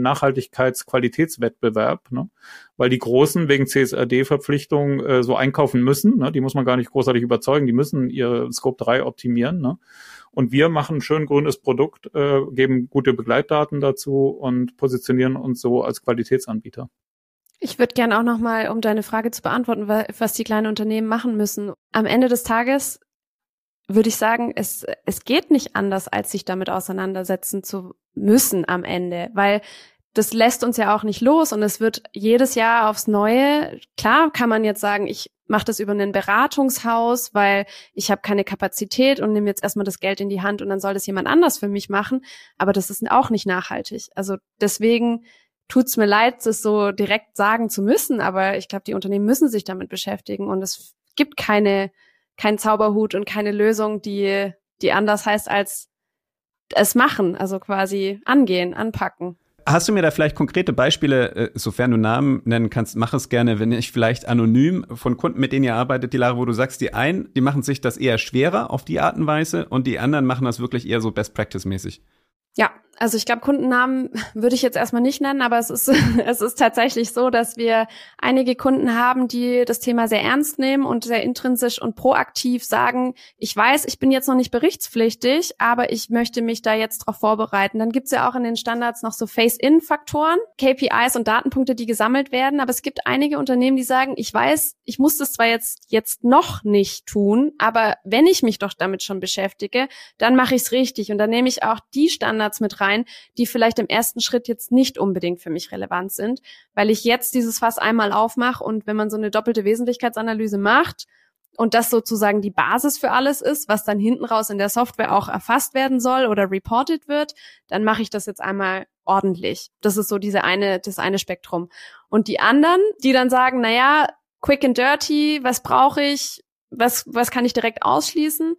Nachhaltigkeitsqualitätswettbewerb, ne? Weil die Großen wegen C S R D-Verpflichtungen äh, so einkaufen müssen, ne? Die muss man gar nicht großartig überzeugen, die müssen ihre Scope drei optimieren, ne? Und wir machen ein schön grünes Produkt, äh, geben gute Begleitdaten dazu und positionieren uns so als Qualitätsanbieter. Ich würde gerne auch nochmal, um deine Frage zu beantworten, was die kleinen Unternehmen machen müssen. Am Ende des Tages würde ich sagen, es, es geht nicht anders, als sich damit auseinandersetzen zu müssen am Ende, weil das lässt uns ja auch nicht los und es wird jedes Jahr aufs Neue. Klar kann man jetzt sagen, ich mache das über ein Beratungshaus, weil ich habe keine Kapazität und nehme jetzt erstmal das Geld in die Hand und dann soll das jemand anders für mich machen. Aber das ist auch nicht nachhaltig. Also deswegen tut's mir leid, das so direkt sagen zu müssen, aber ich glaube, die Unternehmen müssen sich damit beschäftigen und es gibt keine keinen Zauberhut und keine Lösung, die die anders heißt als es machen, also quasi angehen, anpacken. Hast du mir da vielleicht konkrete Beispiele, sofern du Namen nennen kannst, mach es gerne, wenn ich vielleicht anonym von Kunden, mit denen ihr arbeitet, die Lara, wo du sagst, die einen, die machen sich das eher schwerer auf die Art und Weise und die anderen machen das wirklich eher so Best-Practice-mäßig? Ja, also ich glaube, Kundennamen würde ich jetzt erstmal nicht nennen, aber es ist es ist tatsächlich so, dass wir einige Kunden haben, die das Thema sehr ernst nehmen und sehr intrinsisch und proaktiv sagen, ich weiß, ich bin jetzt noch nicht berichtspflichtig, aber ich möchte mich da jetzt drauf vorbereiten. Dann gibt's ja auch in den Standards noch so Face-In-Faktoren, K P Is und Datenpunkte, die gesammelt werden, aber es gibt einige Unternehmen, die sagen, ich weiß, ich muss das zwar jetzt jetzt noch nicht tun, aber wenn ich mich doch damit schon beschäftige, dann mache ich es richtig und dann nehme ich auch die Standards mit rein, rein, die vielleicht im ersten Schritt jetzt nicht unbedingt für mich relevant sind, weil ich jetzt dieses Fass einmal aufmache und wenn man so eine doppelte Wesentlichkeitsanalyse macht und das sozusagen die Basis für alles ist, was dann hinten raus in der Software auch erfasst werden soll oder reported wird, dann mache ich das jetzt einmal ordentlich. Das ist so diese eine, das eine Spektrum. Und die anderen, die dann sagen, na ja, quick and dirty, was brauche ich, was, was kann ich direkt ausschließen?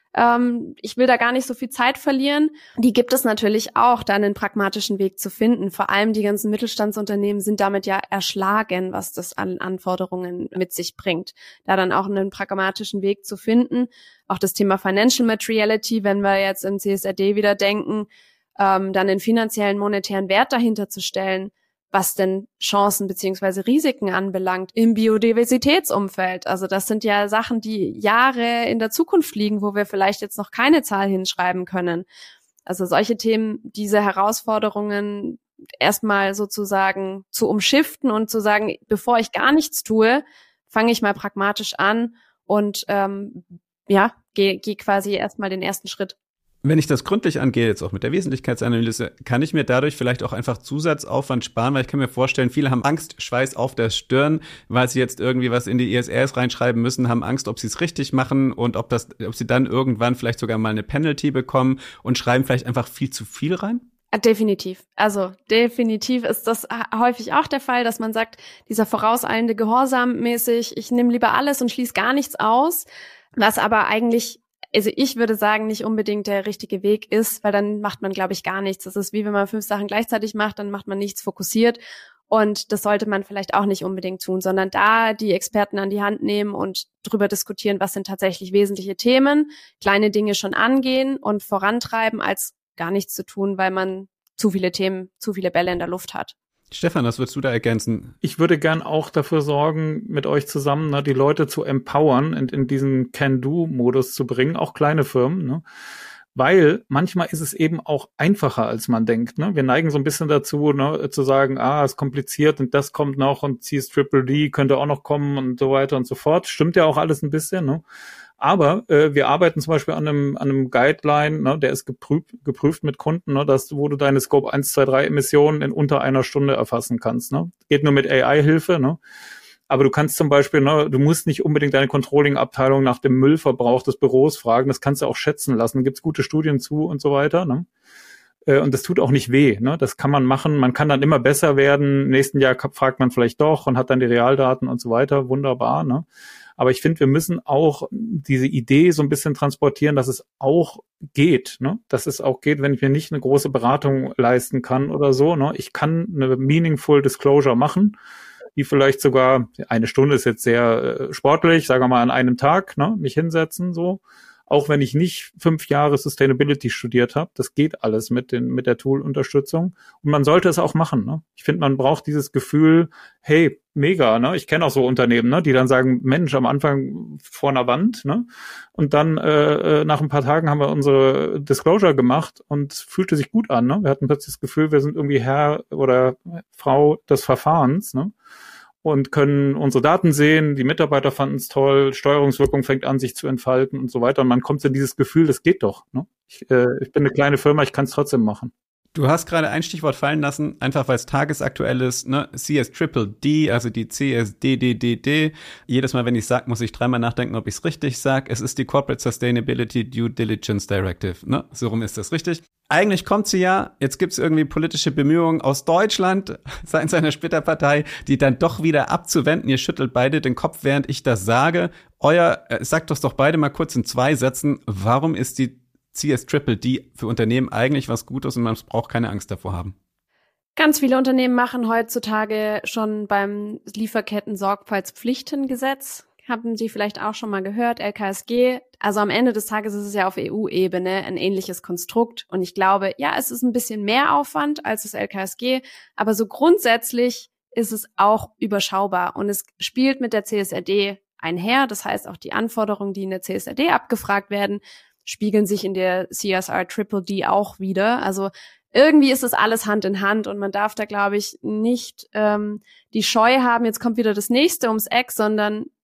Ähm, ich will da gar nicht so viel Zeit verlieren. Die gibt es natürlich auch, da einen pragmatischen Weg zu finden. Vor allem die ganzen Mittelstandsunternehmen sind damit ja erschlagen, was das an Anforderungen mit sich bringt. Da dann auch einen pragmatischen Weg zu finden. Auch das Thema Financial Materiality, wenn wir jetzt im C S R D wieder denken, ähm, dann den finanziellen monetären Wert dahinter zu stellen, was denn Chancen beziehungsweise Risiken anbelangt im Biodiversitätsumfeld. Also das sind ja Sachen, die Jahre in der Zukunft liegen, wo wir vielleicht jetzt noch keine Zahl hinschreiben können. Also solche Themen, diese Herausforderungen erstmal sozusagen zu umschiften und zu sagen, bevor ich gar nichts tue, fange ich mal pragmatisch an und ähm, ja, gehe geh quasi erstmal den ersten Schritt. Wenn ich das gründlich angehe, jetzt auch mit der Wesentlichkeitsanalyse, kann ich mir dadurch vielleicht auch einfach Zusatzaufwand sparen, weil ich kann mir vorstellen, viele haben Angst, Schweiß auf der Stirn, weil sie jetzt irgendwie was in die I S Rs reinschreiben müssen, haben Angst, ob sie es richtig machen und ob das, ob sie dann irgendwann vielleicht sogar mal eine Penalty bekommen und schreiben vielleicht einfach viel zu viel rein? Definitiv. Also definitiv ist das häufig auch der Fall, dass man sagt, dieser vorauseilende Gehorsam mäßig, ich nehme lieber alles und schließe gar nichts aus, was aber eigentlich, also ich würde sagen, nicht unbedingt der richtige Weg ist, weil dann macht man, glaube ich, gar nichts. Das ist wie wenn man fünf Sachen gleichzeitig macht, dann macht man nichts fokussiert. Und das sollte man vielleicht auch nicht unbedingt tun, sondern da die Experten an die Hand nehmen und drüber diskutieren, was sind tatsächlich wesentliche Themen, kleine Dinge schon angehen und vorantreiben, als gar nichts zu tun, weil man zu viele Themen, zu viele Bälle in der Luft hat. Stefan, was würdest du da ergänzen? Ich würde gern auch dafür sorgen, mit euch zusammen ne, die Leute zu empowern und in diesen Can-Do-Modus zu bringen, auch kleine Firmen, ne? Weil manchmal ist es eben auch einfacher, als man denkt. Ne? Wir neigen so ein bisschen dazu, ne, zu sagen, ah, ist kompliziert und das kommt noch und C S Triple D könnte auch noch kommen und so weiter und so fort. Stimmt ja auch alles ein bisschen, ne? Aber äh, wir arbeiten zum Beispiel an einem, an einem Guideline, ne, der ist geprüft, geprüft mit Kunden, ne, dass wo du deine Scope eins, zwei, drei Emissionen in unter einer Stunde erfassen kannst. Ne. Geht nur mit A I-Hilfe, ne. Aber du kannst zum Beispiel, ne, du musst nicht unbedingt deine Controlling-Abteilung nach dem Müllverbrauch des Büros fragen, das kannst du auch schätzen lassen. Da gibt's gute Studien zu und so weiter. Ne. Und das tut auch nicht weh. Ne. Das kann man machen. Man kann dann immer besser werden. Im nächsten Jahr fragt man vielleicht doch und hat dann die Realdaten und so weiter. Wunderbar. Ne. Aber ich finde, wir müssen auch diese Idee so ein bisschen transportieren, dass es auch geht, ne? Dass es auch geht, wenn ich mir nicht eine große Beratung leisten kann oder so, ne? Ich kann eine meaningful Disclosure machen, die vielleicht sogar, eine Stunde ist jetzt sehr äh, sportlich, sagen wir mal an einem Tag, ne? Mich hinsetzen, so. Auch wenn ich nicht fünf Jahre Sustainability studiert habe, das geht alles mit den mit der Tool-Unterstützung. Und man sollte es auch machen. Ne? Ich finde, man braucht dieses Gefühl, hey, mega, ne? Ich kenne auch so Unternehmen, ne, die dann sagen, Mensch, am Anfang vor einer Wand, ne? Und dann äh, nach ein paar Tagen haben wir unsere Disclosure gemacht und es fühlte sich gut an, ne? Wir hatten plötzlich das Gefühl, wir sind irgendwie Herr oder Frau des Verfahrens, ne? Und können unsere Daten sehen, die Mitarbeiter fanden es toll, Steuerungswirkung fängt an, sich zu entfalten und so weiter. Und man kommt in dieses Gefühl, das geht doch. Ne? Ich, äh, ich bin eine kleine Firma, ich kann es trotzdem machen. Du hast gerade ein Stichwort fallen lassen, einfach weil es tagesaktuell ist, ne? C S Triple D, also die C S D D D D. Jedes Mal, wenn ich sage, muss ich dreimal nachdenken, ob ich es richtig sage. Es ist die Corporate Sustainability Due Diligence Directive, ne? So rum ist das richtig. Eigentlich kommt sie ja, jetzt gibt's irgendwie politische Bemühungen aus Deutschland seitens einer Splitterpartei, die dann doch wieder abzuwenden. Ihr schüttelt beide den Kopf, während ich das sage. Euer, äh, sagt das doch beide mal kurz in zwei Sätzen. Warum ist die C S Triple D für Unternehmen eigentlich was Gutes und man braucht keine Angst davor haben? Ganz viele Unternehmen machen heutzutage schon beim Lieferketten-Sorgfaltspflichtengesetz, haben Sie vielleicht auch schon mal gehört, L K S G. Also am Ende des Tages ist es ja auf E U-Ebene ein ähnliches Konstrukt. Und ich glaube, ja, es ist ein bisschen mehr Aufwand als das L K S G, aber so grundsätzlich ist es auch überschaubar. Und es spielt mit der C S R D einher. Das heißt, auch die Anforderungen, die in der C S R D abgefragt werden, spiegeln sich in der C S R Triple D auch wieder. Also irgendwie ist das alles Hand in Hand und man darf da, glaube ich, nicht ähm, die Scheu haben, jetzt kommt wieder das Nächste ums Eck, sondern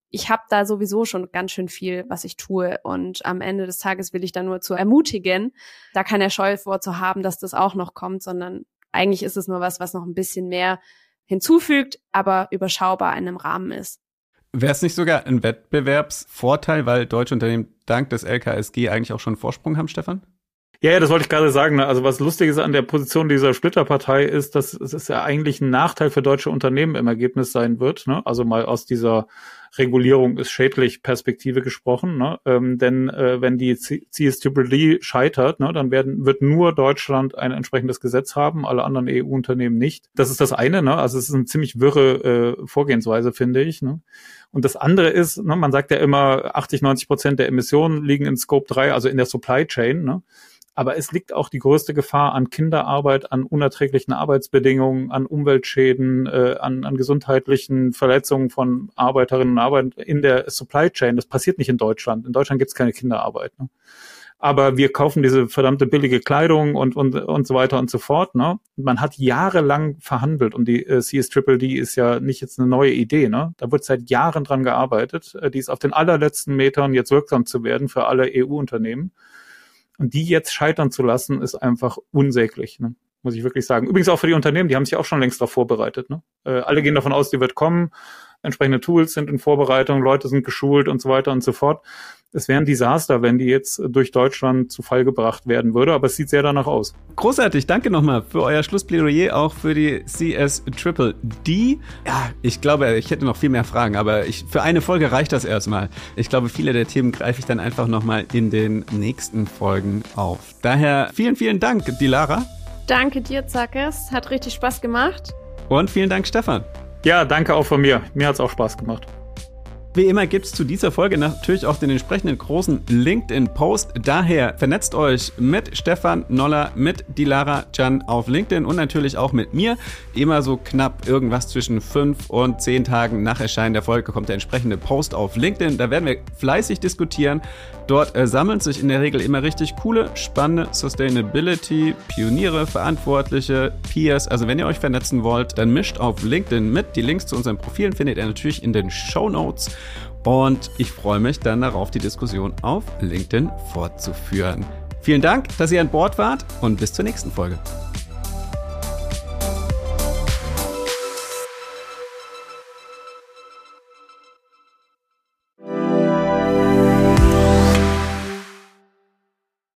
ich habe da sowieso schon ganz schön viel, was ich tue. Und am Ende des Tages will ich da nur zu ermutigen, da keine Scheu vorzuhaben, dass das auch noch kommt, sondern eigentlich ist es nur was, was noch ein bisschen mehr hinzufügt, aber überschaubar in einem Rahmen ist. Wäre es nicht sogar ein Wettbewerbsvorteil, weil deutsche Unternehmen dank des L K S G eigentlich auch schon einen Vorsprung haben, Stefan? Ja, ja, das wollte ich gerade sagen. Also was lustig ist an der Position dieser Splitterpartei ist, dass es ja eigentlich ein Nachteil für deutsche Unternehmen im Ergebnis sein wird. Ne? Also mal aus dieser Regulierung ist schädlich Perspektive gesprochen. Ne? Ähm, denn äh, wenn die C S D D scheitert, ne, dann werden wird nur Deutschland ein entsprechendes Gesetz haben, alle anderen E U-Unternehmen nicht. Das ist das eine. Ne? Also es ist eine ziemlich wirre äh, Vorgehensweise, finde ich. Ne? Und das andere ist, ne, man sagt ja immer, achtzig, neunzig Prozent der Emissionen liegen in Scope drei, also in der Supply Chain. Ne? Aber es liegt auch die größte Gefahr an Kinderarbeit, an unerträglichen Arbeitsbedingungen, an Umweltschäden, äh, an, an gesundheitlichen Verletzungen von Arbeiterinnen und Arbeitern in der Supply Chain. Das passiert nicht in Deutschland. In Deutschland gibt es keine Kinderarbeit. Ne? Aber wir kaufen diese verdammte billige Kleidung und und und so weiter und so fort. Ne? Man hat jahrelang verhandelt und die äh, C S D D ist ja nicht jetzt eine neue Idee. Ne? Da wird seit Jahren dran gearbeitet. Äh, die ist auf den allerletzten Metern jetzt wirksam zu werden für alle E U-Unternehmen. Und die jetzt scheitern zu lassen, ist einfach unsäglich, ne? Muss ich wirklich sagen. Übrigens auch für die Unternehmen, die haben sich auch schon längst darauf vorbereitet. Ne? Äh, alle gehen davon aus, die wird kommen. Entsprechende Tools sind in Vorbereitung, Leute sind geschult und so weiter und so fort. Es wäre ein Desaster, wenn die jetzt durch Deutschland zu Fall gebracht werden würde, aber es sieht sehr danach aus. Großartig, danke nochmal für euer Schlussplädoyer, auch für die C S D D. Ja, ich glaube, ich hätte noch viel mehr Fragen, aber ich, für eine Folge reicht das erstmal. Ich glaube, viele der Themen greife ich dann einfach nochmal in den nächsten Folgen auf. Daher vielen, vielen Dank, Dilara. Danke dir, Zackes. Hat richtig Spaß gemacht. Und vielen Dank, Stefan. Ja, danke auch von mir. Mir hat's auch Spaß gemacht. Wie immer gibt's zu dieser Folge natürlich auch den entsprechenden großen LinkedIn-Post. Daher vernetzt euch mit Stefan Noller, mit Dilara Can auf LinkedIn und natürlich auch mit mir. Immer so knapp irgendwas zwischen fünf und zehn Tagen nach Erscheinen der Folge kommt der entsprechende Post auf LinkedIn. Da werden wir fleißig diskutieren. Dort äh, sammeln sich in der Regel immer richtig coole, spannende Sustainability, Pioniere, Verantwortliche, Peers. Also wenn ihr euch vernetzen wollt, dann mischt auf LinkedIn mit. Die Links zu unseren Profilen findet ihr natürlich in den Shownotes. Und ich freue mich dann darauf, die Diskussion auf LinkedIn fortzuführen. Vielen Dank, dass ihr an Bord wart und bis zur nächsten Folge.